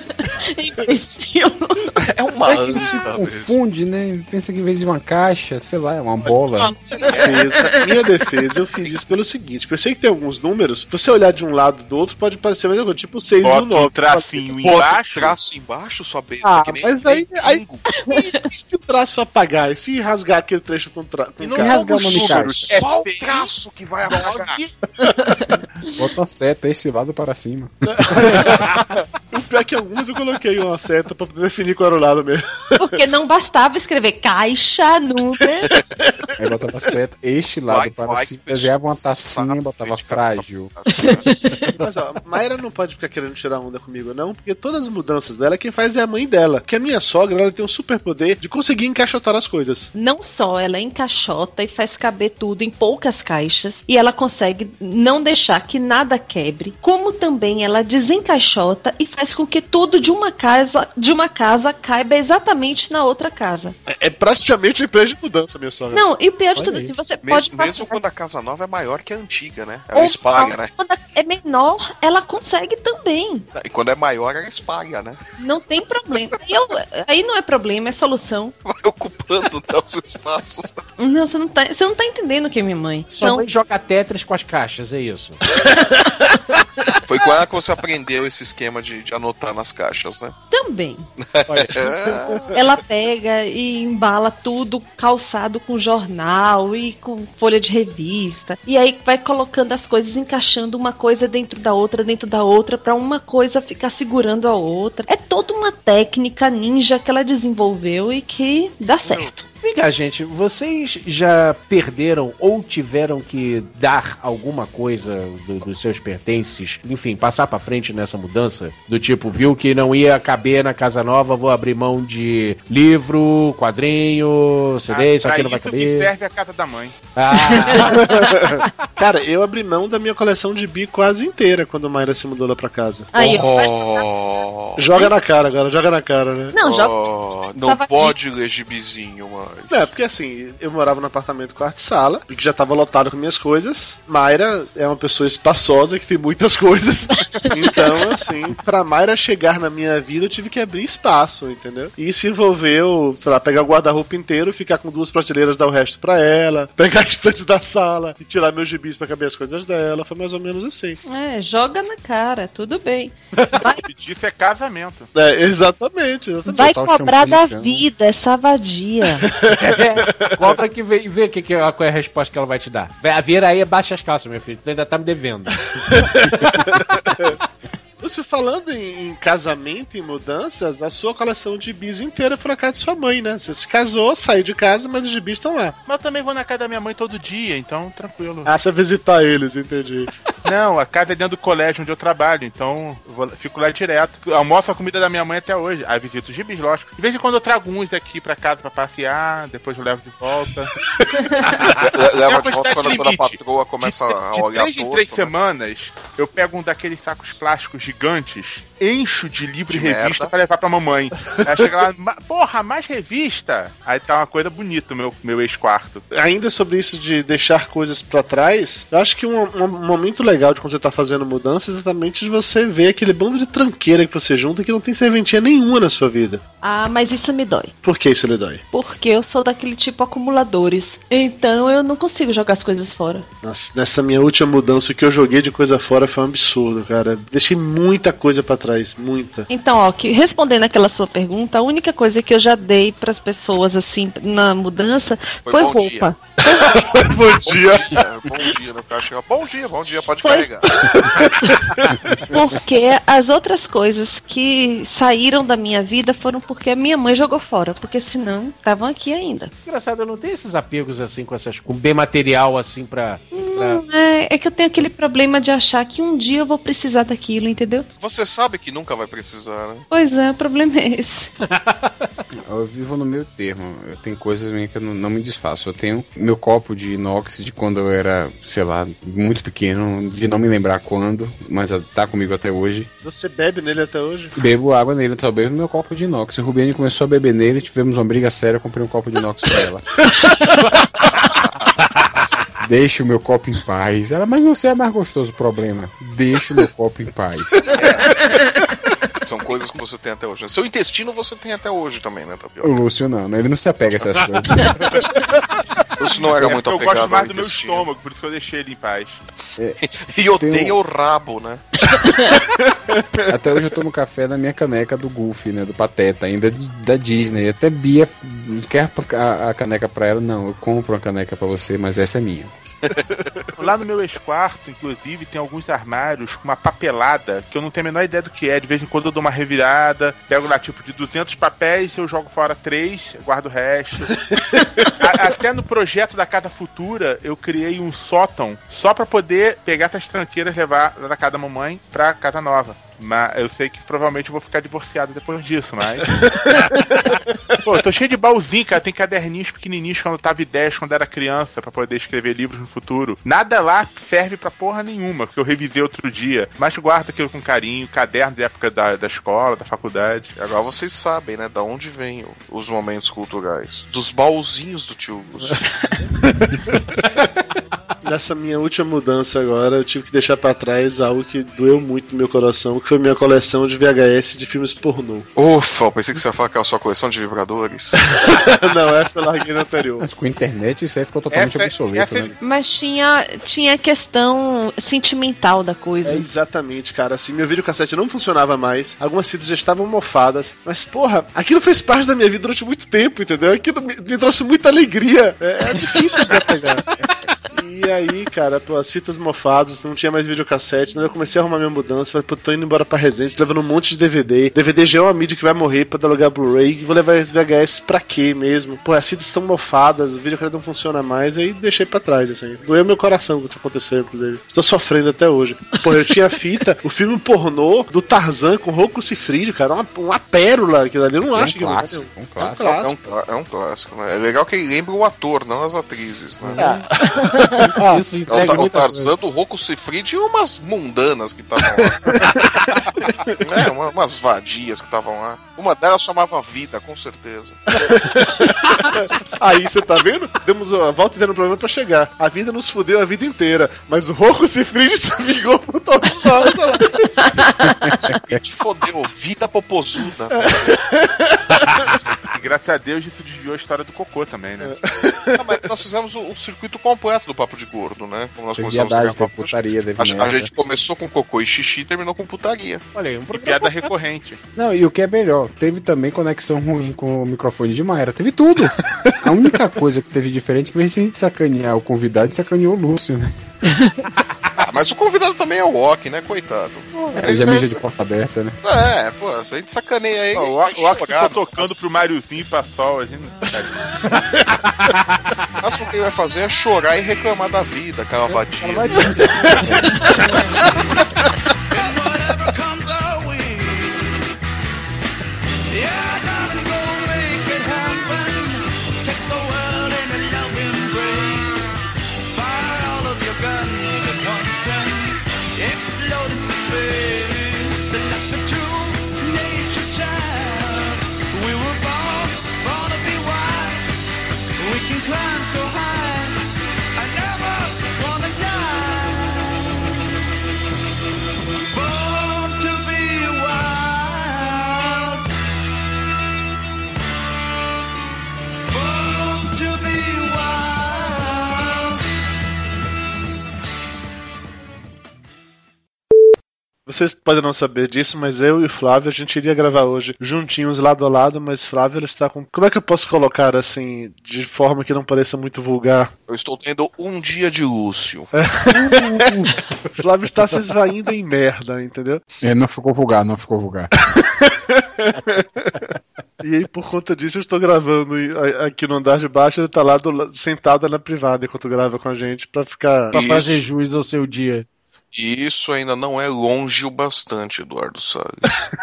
É uma ânsia. Se confunde, né? Pensa que em vez de uma caixa, sei lá, é uma bola. Minha defesa, eu fiz isso pelo seguinte, eu sei que tem alguns números, se você olhar de um lado do outro, pode parecer mais alguma coisa, tipo 6 e o 9. Um tracinho embaixo. Traço embaixo, sua besta, que nem mas aí e se o traço apagar? E se rasgar aquele trecho com traço? E não rasgar o nome caixa? É só o traço que vai apagar. Bota a seta esse lado para cima. Pior que algumas eu coloquei uma seta pra poder definir qual era o lado mesmo. Porque não bastava escrever caixa número. Aí botava seta, este lado para cima, desenhava uma tacinha e botava frágil. Mas ó, Mayra não pode ficar querendo tirar onda comigo, não, porque todas as mudanças dela, quem faz é a mãe dela. Porque a minha sogra, ela tem um superpoder de conseguir encaixotar as coisas. Não só ela encaixota e faz caber tudo em poucas caixas, e ela consegue não deixar que nada quebre, como também ela desencaixota e faz com que tudo de uma casa caiba exatamente na outra casa. É praticamente uma empresa de mudança, minha sogra. Não, e o pior de tudo, assim, você pode mesmo quando a casa nova é maior que a antiga, né? Ela espalha, né? Quando é menor, ela consegue também. E quando é maior, ela espalha, né? Não tem problema. Aí não é problema, é solução. Vai ocupando os espaços. Não, você não tá entendendo o que é minha mãe. Sua mãe joga Tetris com as caixas, é isso? Foi com ela que você aprendeu esse esquema de anotar nas caixas, né? Também. Ela pega e embala tudo calçado com jornal e com folha de revista. E aí vai colocando as coisas, encaixando uma coisa dentro da outra, pra uma coisa ficar segurando a outra. É toda uma técnica ninja que ela desenvolveu e que dá certo. Vem cá, gente, vocês já perderam ou tiveram que dar alguma coisa dos seus pertences, enfim, passar pra frente nessa mudança? Do tipo, viu que não ia caber na casa nova, vou abrir mão de livro, quadrinho, CD, isso aqui não vai caber. Que serve a casa da mãe. Cara, eu abri mão da minha coleção de bi quase inteira quando a Mayra se mudou lá pra casa. Aí, Joga na cara agora, joga na cara, né? Não, joga. Não pode ler gibizinho, mano. É, porque assim, eu morava num apartamento quarto e sala, e que já tava lotado com minhas coisas. Mayra é uma pessoa espaçosa que tem muitas coisas. Então, assim, pra Mayra chegar na minha vida, eu tive que abrir espaço, entendeu? E isso envolveu, sei lá, pegar o guarda-roupa inteiro, ficar com 2 prateleiras, dar o resto pra ela, pegar a estante da sala e tirar meus gibis pra caber as coisas dela. Foi mais ou menos assim. Joga na cara, tudo bem. Isso é casamento. Exatamente. Vai cobrar da vida, essa vadia. Cobra que vê qual é a resposta que ela vai te dar. Vira aí, baixa as calças, meu filho. Tu ainda tá me devendo. Você falando em casamento e mudanças, a sua coleção de gibis inteira foi na casa de sua mãe, né? Você se casou, saiu de casa, mas os gibis estão lá. Mas eu também vou na casa da minha mãe todo dia, então tranquilo. Ah, você vai visitar eles, entendi. Não, a casa é dentro do colégio onde eu trabalho, então fico lá direto. Almoço a comida da minha mãe até hoje. Aí visito os gibis, lógico. De vez em quando eu trago uns daqui pra casa pra passear, depois eu levo de volta. Leva de volta quando a patroa começa a olhar de 3 em 3 semanas, eu pego um daqueles sacos plásticos gigantes, encho de livro e revista pra levar pra mamãe. Aí chega lá, porra, mais revista? Aí tá uma coisa bonita meu ex-quarto. Ainda sobre isso de deixar coisas pra trás, eu acho que um momento legal de quando você tá fazendo mudança é exatamente de você ver aquele bando de tranqueira que você junta que não tem serventia nenhuma na sua vida. Ah, mas isso me dói. Por que isso lhe dói? Porque eu sou daquele tipo acumuladores. Então eu não consigo jogar as coisas fora. Nossa, nessa minha última mudança, o que eu joguei de coisa fora foi um absurdo, cara. Deixei muita coisa pra trás, muita. Então, respondendo aquela sua pergunta, a única coisa que eu já dei pras pessoas, assim, na mudança, foi roupa. Bom dia. Bom dia, no cara bom dia, pode carregar. Porque as outras coisas que saíram da minha vida foram porque a minha mãe jogou fora, porque senão estavam aqui ainda. Engraçado, eu não tenho esses apegos assim com bem material assim pra... É que eu tenho aquele problema de achar que um dia eu vou precisar daquilo, entendeu? Você sabe que nunca vai precisar, né? Pois é, o problema é esse. Eu vivo no meio termo. Eu tenho coisas minhas que eu não me desfaço. Eu tenho meu copo de inox de quando eu era, sei lá, muito pequeno, de não me lembrar quando, mas tá comigo até hoje. Você bebe nele até hoje? Bebo água nele, só bebo no meu copo de inox. O Rubiane começou a beber nele, tivemos uma briga séria, eu comprei um copo de inox pra ela. Deixa o meu copo em paz. Ela, mas não sei, é mais gostoso o problema. Deixa o meu copo em paz. São coisas que você tem até hoje. Seu intestino você tem até hoje também, né, Tapioca? O Lúcio não, ele não se apega a essas coisas. O Lúcio não era muito apegado. Eu gosto mais do meu estômago, por isso que eu deixei ele em paz. E odeia o rabo, né? Até hoje eu tomo café na minha caneca do Goofy, né? Do Pateta, ainda da Disney. Até Bia quer a caneca pra ela? Não, eu compro uma caneca pra você, mas essa é minha. Lá no meu ex-quarto, inclusive, tem alguns armários com uma papelada que eu não tenho a menor ideia do que é. De vez em quando eu dou uma revirada, pego lá tipo de 200 papéis, eu jogo fora 3, guardo o resto. Até no projeto da Casa Futura, eu criei um sótão só pra poder pegar essas tranqueiras e levar da casa da mamãe pra casa nova. Mas eu sei que provavelmente eu vou ficar divorciado depois disso, mas... Pô, eu tô cheio de baúzinho, cara. Tem caderninhos pequenininhos quando eu tava ideias quando era criança pra poder escrever livros no futuro. Nada lá serve pra porra nenhuma, que eu revisei outro dia. Mas guardo aquilo com carinho, caderno da época da escola, da faculdade. Agora vocês sabem, né, da onde vem os momentos culturais. Dos baúzinhos do tio Gus. Nessa minha última mudança agora, eu tive que deixar pra trás algo que doeu muito no meu coração, que foi minha coleção de VHS de filmes pornô. Ufa, eu pensei que você ia falar que era a sua coleção de vibradores. Não, essa eu larguei no anterior. Mas com a internet isso aí ficou totalmente obsoleto, né? Mas tinha questão sentimental da coisa. É, exatamente, cara. Assim, meu videocassete não funcionava mais, algumas fitas já estavam mofadas, mas, porra, aquilo fez parte da minha vida durante muito tempo, entendeu? Aquilo me trouxe muita alegria. É difícil desapegar. E aí, cara, pô, as fitas mofadas, não tinha mais videocassete, então eu comecei a arrumar minha mudança, falei, pô, tô indo embora pra Resende, levando um monte de DVD. DVD já é uma mídia que vai morrer pra alugar Blu-ray, vou levar esse VHS pra quê mesmo? Pô, as fitas estão mofadas, o videocassete não funciona mais, aí deixei pra trás, assim. Doeu meu coração quando isso aconteceu, inclusive. Estou sofrendo até hoje. Pô, eu tinha fita, o filme pornô do Tarzan com Rocco Siffredi, cara, uma pérola, aquilo ali, eu não acho que... É um clássico, né? É legal que ele lembra o ator, não as atrizes, né? O Tarzan do Rocco Siffredi e umas mundanas que estavam lá. Umas vadias que estavam lá. Uma delas chamava Vida, com certeza. Aí, você tá vendo? Demos a volta inteira no programa pra chegar. A vida nos fudeu a vida inteira, mas o Rocco Siffredi se vingou por todos nós. A gente fodeu, vida popozuda. E graças a Deus isso desviou a história do cocô também, né? Mas nós fizemos o circuito completo do Papo de Gordo, né? Como nós começamos a gente começou com cocô e xixi e terminou com putaria. Olha aí, e piada recorrente. Não, e o que é melhor, teve também conexão ruim com o microfone de Mayra. Teve tudo. A única coisa que teve diferente é que a gente sacanear o convidado e sacaneou o Lúcio, né? Mas o convidado também é o Ok, né? Coitado. Ele já mija de porta aberta, né? É, pô, se a gente sacaneia aí. O Ok ficou tocando pro Mariozinho e pra Sol, a gente não Mas o que ele vai fazer é chorar e reclamar da vida, aquela vadia. Vocês podem não saber disso, mas eu e o Flávio, a gente iria gravar hoje juntinhos, lado a lado, mas Flávio, ele está com... Como é que eu posso colocar, assim, de forma que não pareça muito vulgar? Eu estou tendo um dia de Lúcio. Flávio está se esvaindo em merda, entendeu? Não ficou vulgar. E aí, por conta disso, eu estou gravando aqui no andar de baixo, ele tá lá sentado na privada enquanto grava com a gente, pra fazer jus ao seu dia. E isso ainda não é longe o bastante, Eduardo Salles.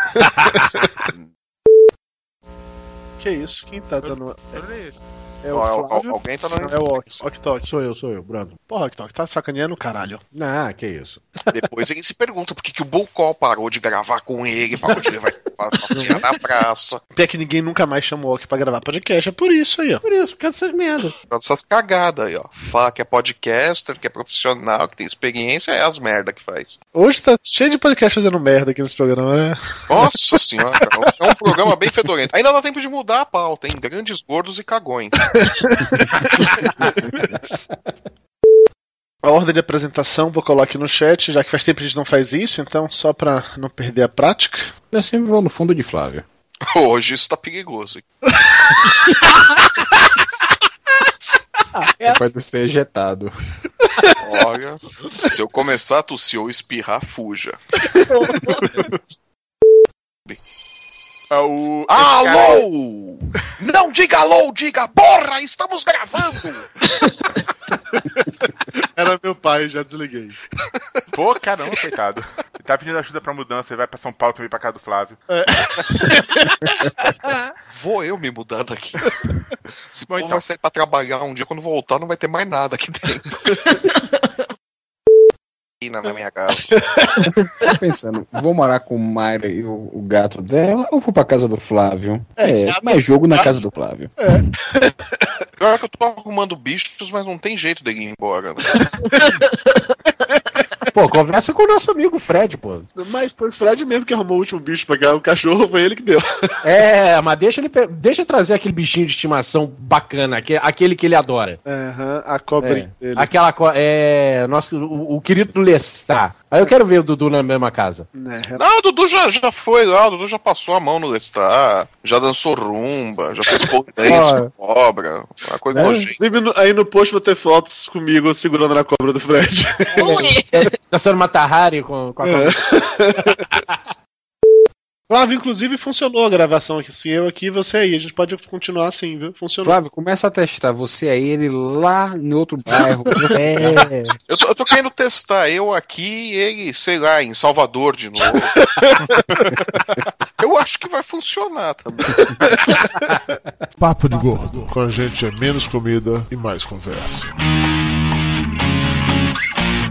Que isso? Quem tá dando... É o Flávio? Alguém tá dando... É o Ok. Sou eu, Bruno. Porra, Ok, tá sacaneando, caralho. Ah, que isso. Depois ele se pergunta por que o Bullcall parou de gravar com ele, parou de levar passear na praça. Pior que ninguém nunca mais chamou o Ok pra gravar podcast, é por isso aí, ó. Por isso, por causa dessas merdas. Por causa dessas cagadas aí, ó. Fala que é podcaster, que é profissional, que tem experiência, é as merda que faz. Hoje tá cheio de podcast fazendo merda aqui nesse programa, né? Nossa senhora, cara, é um programa bem fedorento. Ainda dá tempo de mudar a pauta, hein? Grandes gordos e cagões. A ordem de apresentação vou colocar aqui no chat, já que faz tempo que a gente não faz isso, então só pra não perder a prática. Eu sempre vou no fundo de Flávio. Hoje isso tá perigoso, hein? Pode ser ejetado. Olha, se eu começar a tossir ou espirrar, fuja. Alô! Não diga alô, diga porra, estamos gravando! Era meu pai, já desliguei. Pô, caramba, coitado. Ele tá pedindo ajuda pra mudança, ele vai pra São Paulo também pra casa do Flávio. Vou eu me mudar daqui. Se Bom, povo então. vai sair pra trabalhar um dia, quando voltar não vai ter mais nada aqui dentro. Na minha casa. Você tá pensando, vou morar com Mayra e o gato dela ou vou pra casa do Flávio? Mais jogo na casa do Flávio. Pior que eu tô arrumando bichos, mas não tem jeito dele ir embora. Né? Pô, conversa com o nosso amigo Fred, pô. Mas foi o Fred mesmo que arrumou o último bicho pra ganhar o cachorro, foi ele que deu. Mas deixa ele trazer aquele bichinho de estimação bacana, aquele que ele adora. A cobrinha dele. O querido Lestat. Aí eu quero ver o Dudu na mesma casa. Não, o Dudu já foi lá, o Dudu já passou a mão no Lestat, já dançou rumba, já fez polência com cobra, uma coisa nojenta. Inclusive, aí no post vou ter fotos comigo segurando na cobra do Fred. Tá sendo uma Tahari com a cobra. Flávio, inclusive, funcionou a gravação aqui. Assim, eu aqui, você aí. A gente pode continuar assim, viu? Funcionou. Flávio, começa a testar você aí, ele lá em outro bairro. Eu tô querendo testar eu aqui e ele, sei lá, em Salvador de novo. Eu acho que vai funcionar também. Papo de Gordo. Com a gente é menos comida e mais conversa.